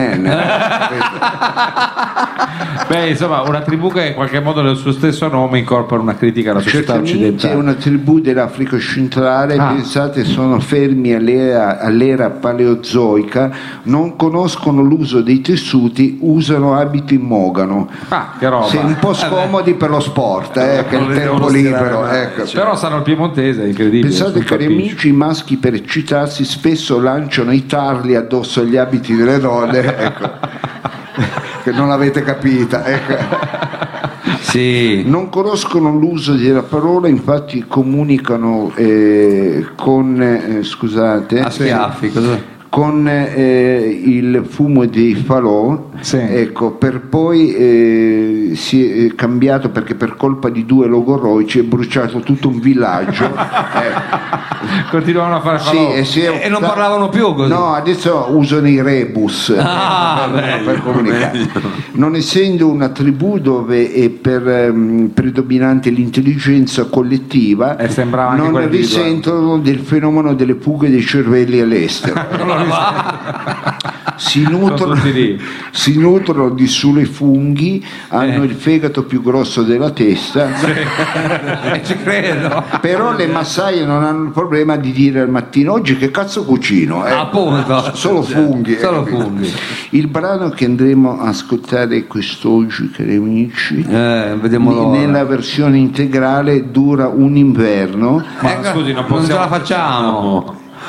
Beh, insomma, una tribù che in qualche modo nel suo stesso nome incorpora una critica alla società Certamente è occidentale. una tribù dell'Africa centrale, Ah. pensate, sono fermi all'era, all'era paleozoica, non conoscono l'uso dei tessuti, usano abiti in mogano. Ah, che roba. Sì, un po' scomodi per lo sport, eh, che è il tempo libero. Ecco. Però sanno il piemontese, è incredibile. Pensate, sono cari capisci. amici, i maschi per eccitarsi spesso lanciano i tarli addosso agli abiti delle donne, ecco. Che non l'avete capita, ecco. Sì. Non conoscono l'uso della parola, infatti comunicano eh, con eh, scusate A schiaffi, cosa? con eh, il fumo dei falò, Sì. ecco, per poi eh, si è cambiato perché per colpa di due logorroici è bruciato tutto un villaggio. ecco. Continuavano a fare Sì, falò. e si è E non optato- parlavano più così. No, adesso usano i rebus Ah, per, meglio, per comunicare. Non essendo una tribù dove è per, ehm, predominante l'intelligenza collettiva, Eh, sembrava anche non quel video, eh. risentono del fenomeno delle fughe dei cervelli all'estero. Si nutrono, tutti lì. si nutrono di soli funghi, hanno Eh. il fegato più grosso della testa, Eh, ci credo. però le massaie non hanno il problema di dire al mattino oggi che cazzo cucino, eh. Appunto. Solo funghi, Solo eh, funghi. Il brano che andremo a ascoltare quest'oggi, cari amici, Eh, vediamo l'ora. nella versione integrale dura un inverno. Ma Ecco, scusi, non non ce possiamo... la facciamo.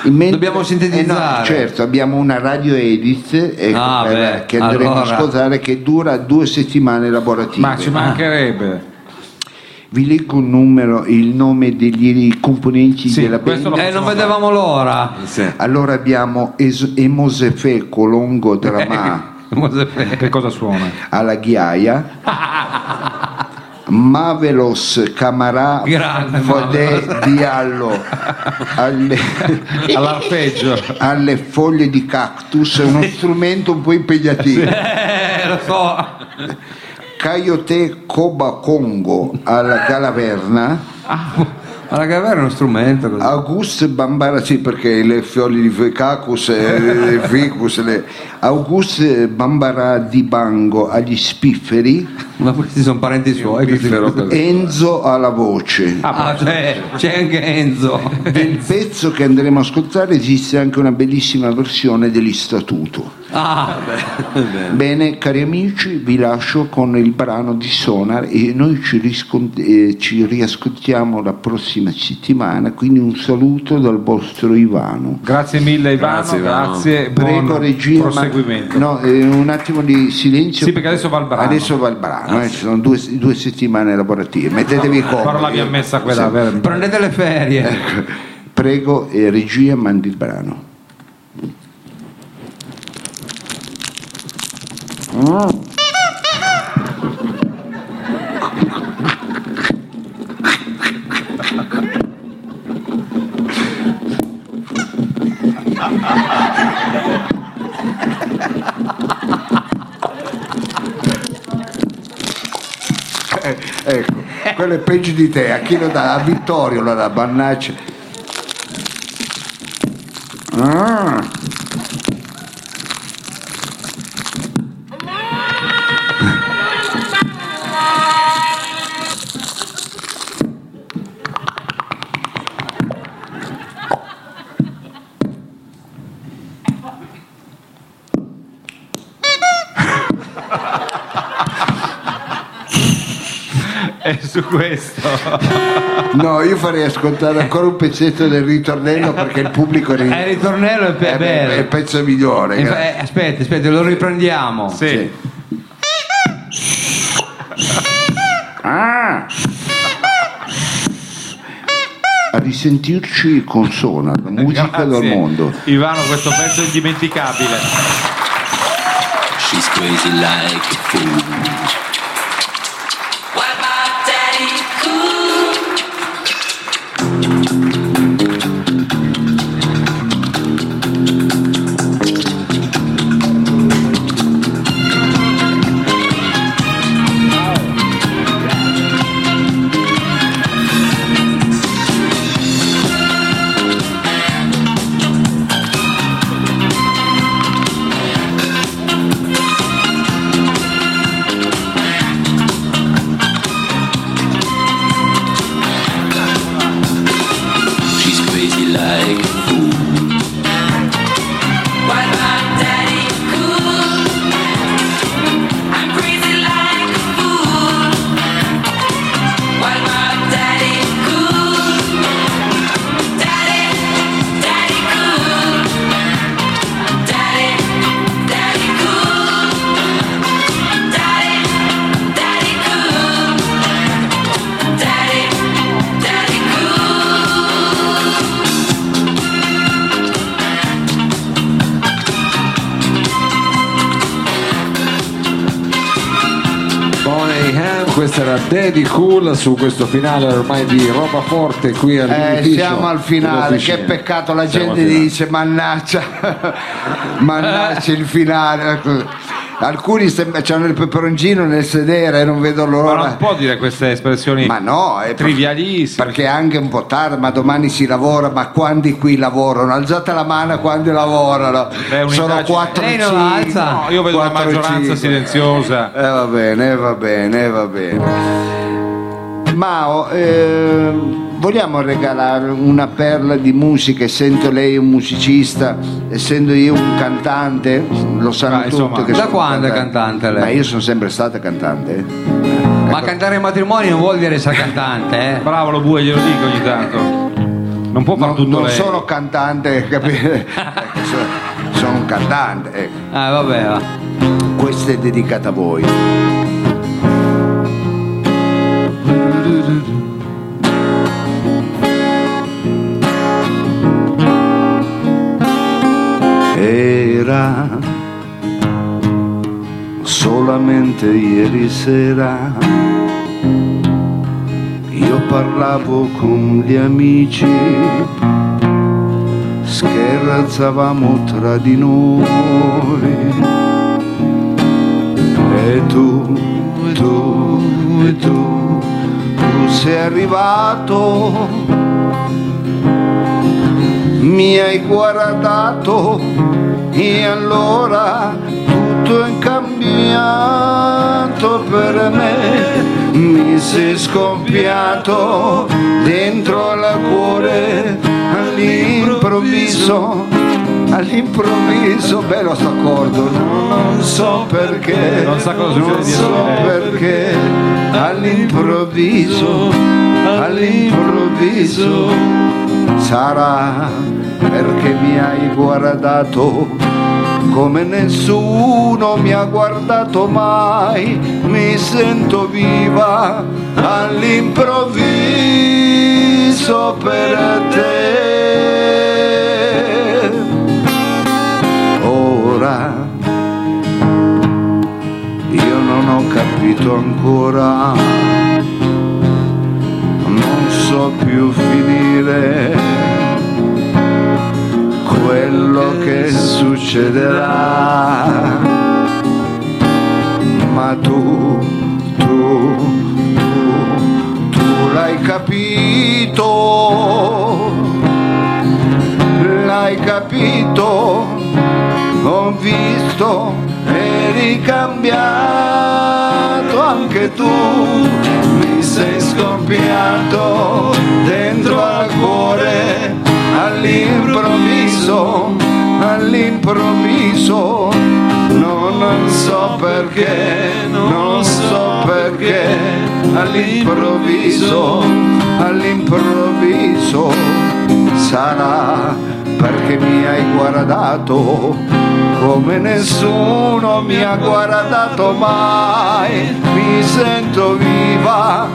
Mentre- Dobbiamo sintetizzare. eh no, certo, abbiamo una radio edit ecco, Ah, per- beh, che andremo allora. a ascoltare, che dura due settimane lavorative. Ma ci mancherebbe. Vi leggo un numero, il nome degli componenti Sì, della questo band. lo- Eh, non vedevamo l'ora. Allora abbiamo Es- Emosefe Colongo Drama Che cosa suona? alla ghiaia, Mavelos Camarà Grande Fodè Diallo alle, All'arpeggio. alle foglie di cactus, è uno strumento un po' impegnativo. Eh, lo so. Caiote Coba Congo alla Galaverna, Ma la caverna è uno strumento così. Auguste Bambara, sì, perché le foglie di cacus e le ficus, le, Auguste Bambara di Bango agli spifferi, Ma questi sono parenti suoi. questi- Enzo alla voce. Ah, c'è, c'è anche Enzo. Del pezzo che andremo a ascoltare esiste anche una bellissima versione dell'Istatuto. Ah, Bene, cari amici, vi lascio con il brano di Sonar e noi ci, riscont- eh, ci riascoltiamo la prossima settimana, quindi un saluto dal vostro Ivano. Grazie mille Ivano, Grazie, Ivano. grazie, Prego buon regia, ma- proseguimento. no, eh, un attimo di silenzio. Sì, perché adesso va il brano. Adesso va il brano, eh, ci sono due, due settimane lavorative, mettetevi comodi. Però l'abbiamo messa quella Sì. vera. prendete le ferie. Prego, eh, regia, mandi il brano. Eh, ecco, quello è peggio di te, a chi lo dà? A Vittorio lo dà, Bannaccia. Ah. E su questo No, io farei ascoltare ancora un pezzetto del ritornello perché il pubblico ri- Eh, il ritornello è, pe- è, bello. è il pezzo migliore. Infa- grazie. eh, aspetta, aspetta, lo riprendiamo. sì. Ah. A risentirci con Sonar, la musica Grazie. del mondo. Ivano, questo pezzo è indimenticabile. She's crazy like a fool. What about Daddy Cool? She's crazy like a fool. What about Daddy Cool? I'm crazy like a fool. What about Daddy Cool? Daddy, Daddy Cool. Daddy, Daddy Cool. Daddy, Daddy Cool. Daddy, Daddy Cool. Boney M, questa era Daddy Cool su questo finale ormai di roba forte qui al Eh, beneficio siamo al finale, dell'officina. che peccato, la Siamo al gente finale. dice mannaggia, mannaggia il finale. Ecco. Alcuni sem- hanno il peperoncino nel sedere e non vedo Ma l'ora. non può dire queste espressioni Ma no, è per- trivialissime. perché è anche un po' tardi, ma domani si lavora, ma quanti qui lavorano? Alzate la mano quando lavorano. Beh, un'indagine- Sono quattro Lei non la alza? No, io vedo una quattro, maggioranza cinque. silenziosa. Eh va bene, eh, va bene, eh, va bene. Mao, ehm, vogliamo regalare una perla di musica, essendo lei un musicista, essendo io un cantante, lo sanno Ah, tutti insomma, che da sono quando è cantante. cantante lei? Ma io sono sempre stata cantante. Ma cantare ai matrimoni non vuol dire essere cantante, eh? Bravo lo bue, glielo dico ogni tanto. non può fare non, tutto non lei. sono cantante, capire? Ecco, sono, sono un cantante. Ecco. Ah, vabbè, va. Questa è dedicata a voi. Era solamente ieri sera, io parlavo con gli amici, scherzavamo tra di noi, e tu, tu, e tu, tu sei arrivato, mi hai guardato e allora tutto è cambiato per me, mi sei scoppiato dentro al cuore all'improvviso, all'improvviso, bello sto accordo, non so perché, Non sa cosa succede non dietro so di lei. perché, all'improvviso, all'improvviso, sarà perché mi hai guardato come nessuno mi ha guardato mai, mi sento viva all'improvviso per te. Ora io non ho capito ancora, non so più finire quello che succederà, ma tu, tu, tu, tu l'hai capito, l'hai capito, ho visto, eri cambiato anche tu, mi sei scoppiato dentro al cuore, all'improvviso, all'improvviso, no, non so perché, non so perché, all'improvviso, all'improvviso, sarà perché mi hai guardato come nessuno mi ha guardato mai, mi sento viva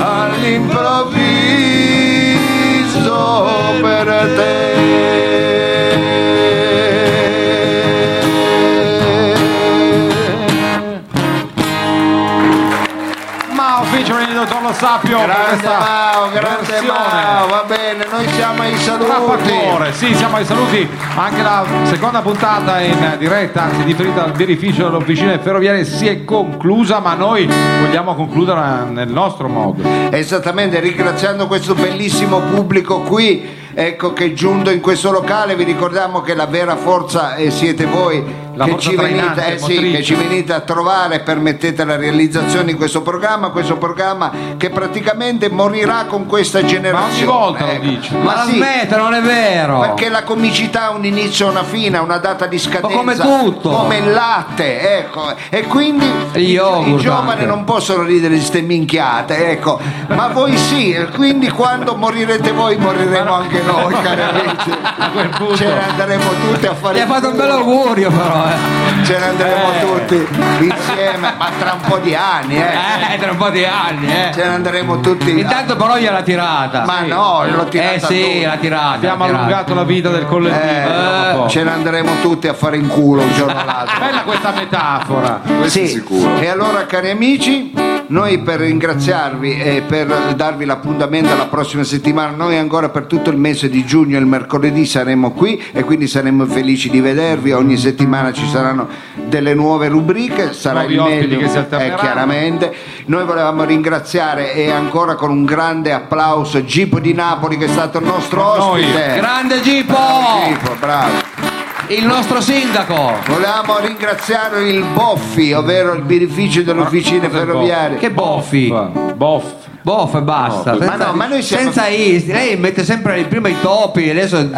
all'improvviso per te. Mao featuring il dottor Lo Sapio per Grande questa Mao, grande versione. Mao, va bene, noi siamo ai Tra saluti. favore, sì, siamo ai saluti. Anche la seconda puntata in diretta, anzi differita dal birrificio delle officine ferroviarie, si è conclusa, ma noi vogliamo concluderla nel nostro modo. Esattamente, ringraziando questo bellissimo pubblico qui, ecco, che è giunto in questo locale. Vi ricordiamo che la vera forza eh, siete voi, La che forza ci, venite, trainante, eh, sì, motrice. che ci venite a trovare, permettete la realizzazione di questo programma, questo programma che praticamente morirà con questa generazione. Ma ogni volta lo ecco. dici. Ma la sì, smetta, non è vero. perché la comicità ha un inizio e una fine, ha una data di scadenza, come tutto. come il latte, ecco, e quindi E i, yogurt i giovani anche. non possono ridere di ste minchiate, ecco, ma voi sì, e quindi quando morirete voi moriremo anche noi, cari amici. A quel punto. Ce ne andremo tutti a fare Gli ha il fatto un culo. bel augurio però, eh. Ce ne andremo Eh. tutti insieme, ma tra un po' di anni, eh. Eh, tra un po' di anni, eh. Ce ne andremo tutti. Intanto però gliel'ha tirata. Ma no, l'ho tirata Eh sì, tutta. l'ha tirata. Abbiamo l'ha tirata. allungato la vita del collettivo. Eh, dopo. ce ne andremo tutti a fare in culo un giorno o l'altro. Bella questa metafora. Sì, e allora cari amici, noi per ringraziarvi e per darvi l'appuntamento alla prossima settimana, noi ancora per tutto il mese di giugno il mercoledì saremo qui e quindi saremo felici di vedervi. Ogni settimana ci saranno delle nuove rubriche, sarà Nuovi il ospiti meglio, che si alterneranno. eh, chiaramente. Noi volevamo ringraziare e ancora con un grande applauso Gipo di Napoli, che è stato il nostro Noi. ospite. Grande Gipo! Gipo, bravo. Il nostro sindaco! Volevamo ringraziare il Boffi, ovvero il birrificio delle officine Cos'è il ferroviarie. Che boffi! Boff. Boff e basta. No, senza, ma no, ma noi siamo- senza I. Lei mette sempre prima i topi, adesso Eh.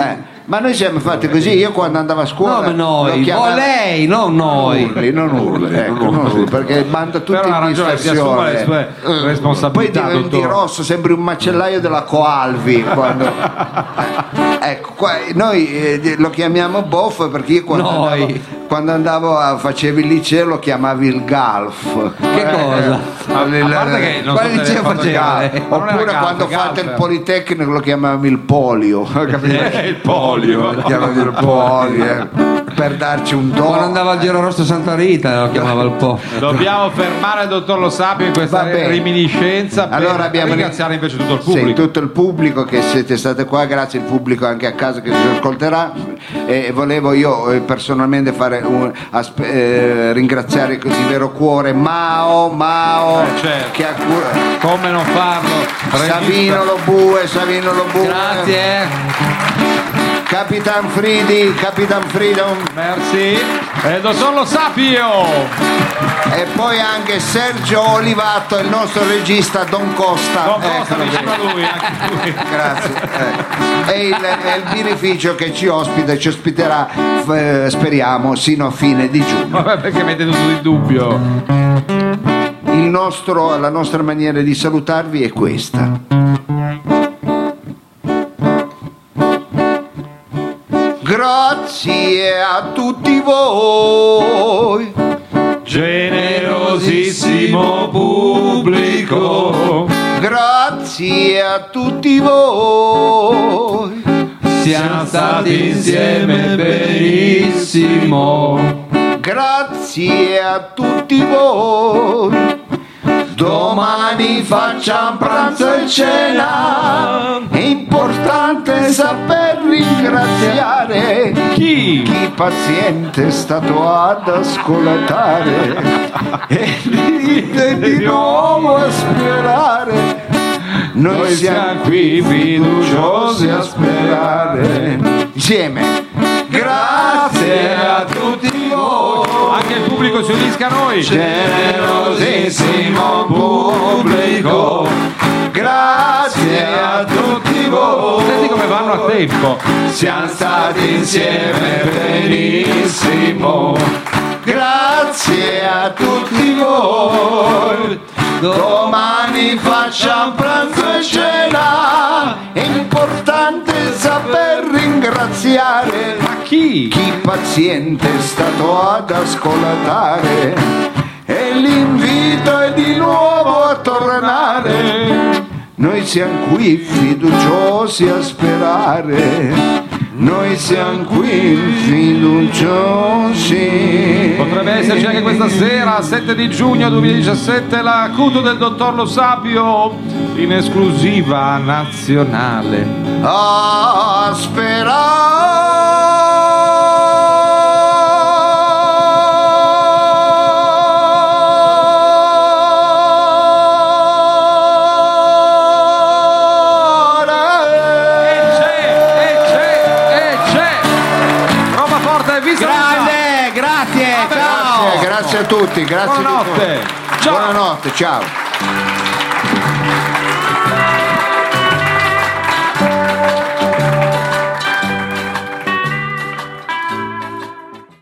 Ma noi siamo fatti così, io quando andavo a scuola... No, ma noi, lo chiamavo- o lei, non noi. Non urli, non urli, ecco, non urli, perché manda tutti Però ha in ragione, si assume le distorsione. sue Eh, responsabilità, Poi diventi dottore. rosso, sembri un macellaio della Coalvi. Quando... Eh, ecco, qua, noi eh, lo chiamiamo Boff perché io quando Noi. andavo, quando andavo a facevi il liceo lo chiamavi il Galf. Che cosa? A, a parte che non Quale so se liceo l'hai fatto faceva Galf, lei? ma non era Oppure Galf, quando Galf. fate il Politecnico lo chiamavi il polio, capito? Eh, il polio. Lo chiamavi il polio, eh, per darci un Quando dono. andava al Giro Rosso Santa Rita lo chiamava il po'. Dobbiamo fermare il dottor Lo Sapio in questa Va bene. reminiscenza per Allora abbiamo ringraziare invece tutto il Sì, pubblico. tutto il pubblico che siete state qua, grazie al pubblico anche a casa che ci ascolterà, e volevo io eh, personalmente fare un, aspe- eh, ringraziare di vero cuore Mao Mao Eh, certo. che ha cura- Come non farlo? Savino Lobue, Savino Lobue, Grazie. Capitan Fridi, Capitan Freedom, Merci. E il dottor Lo Sapio. e poi anche Sergio Olivato, il nostro regista Don Costa. Don Costa Eccolo vicino qui. a lui, anche lui. Grazie. eh. E il, è il birrificio che ci ospita e ci ospiterà, eh, speriamo, sino a fine di giugno. Vabbè, perché mette tutto in dubbio? Il nostro, la nostra maniera di salutarvi è questa. Grazie a tutti voi. Generosissimo pubblico. Grazie a tutti voi. Siamo stati insieme benissimo. Grazie a tutti voi. Domani facciamo pranzo e cena. È importante saper ringraziare Chi? chi paziente è stato ad ascoltare e ride di nuovo a sperare. Noi siamo qui fiduciosi a sperare. Insieme. Grazie a tutti voi. Anche il pubblico si unisca a noi. Generosissimo pubblico, grazie a tutti voi. Senti come vanno a tempo. Siamo stati insieme benissimo, grazie a tutti voi. Domani facciamo pranzo e cena, è importante saper ringraziare Chi? chi paziente è stato ad ascoltare, e l'invito è di nuovo a tornare. Noi siamo qui fiduciosi a sperare, noi siamo qui fiduciosi. Potrebbe esserci anche questa sera, sette di giugno duemiladiciassette, l'acuto del dottor Lo Sapio in esclusiva nazionale. A E c'è, e c'è, e c'è. Roba forte, hai visto? Grande, grazie, Vabbè, ciao. Grazie, grazie a tutti, grazie di Buonanotte. tutto. Ciao. Buonanotte, ciao.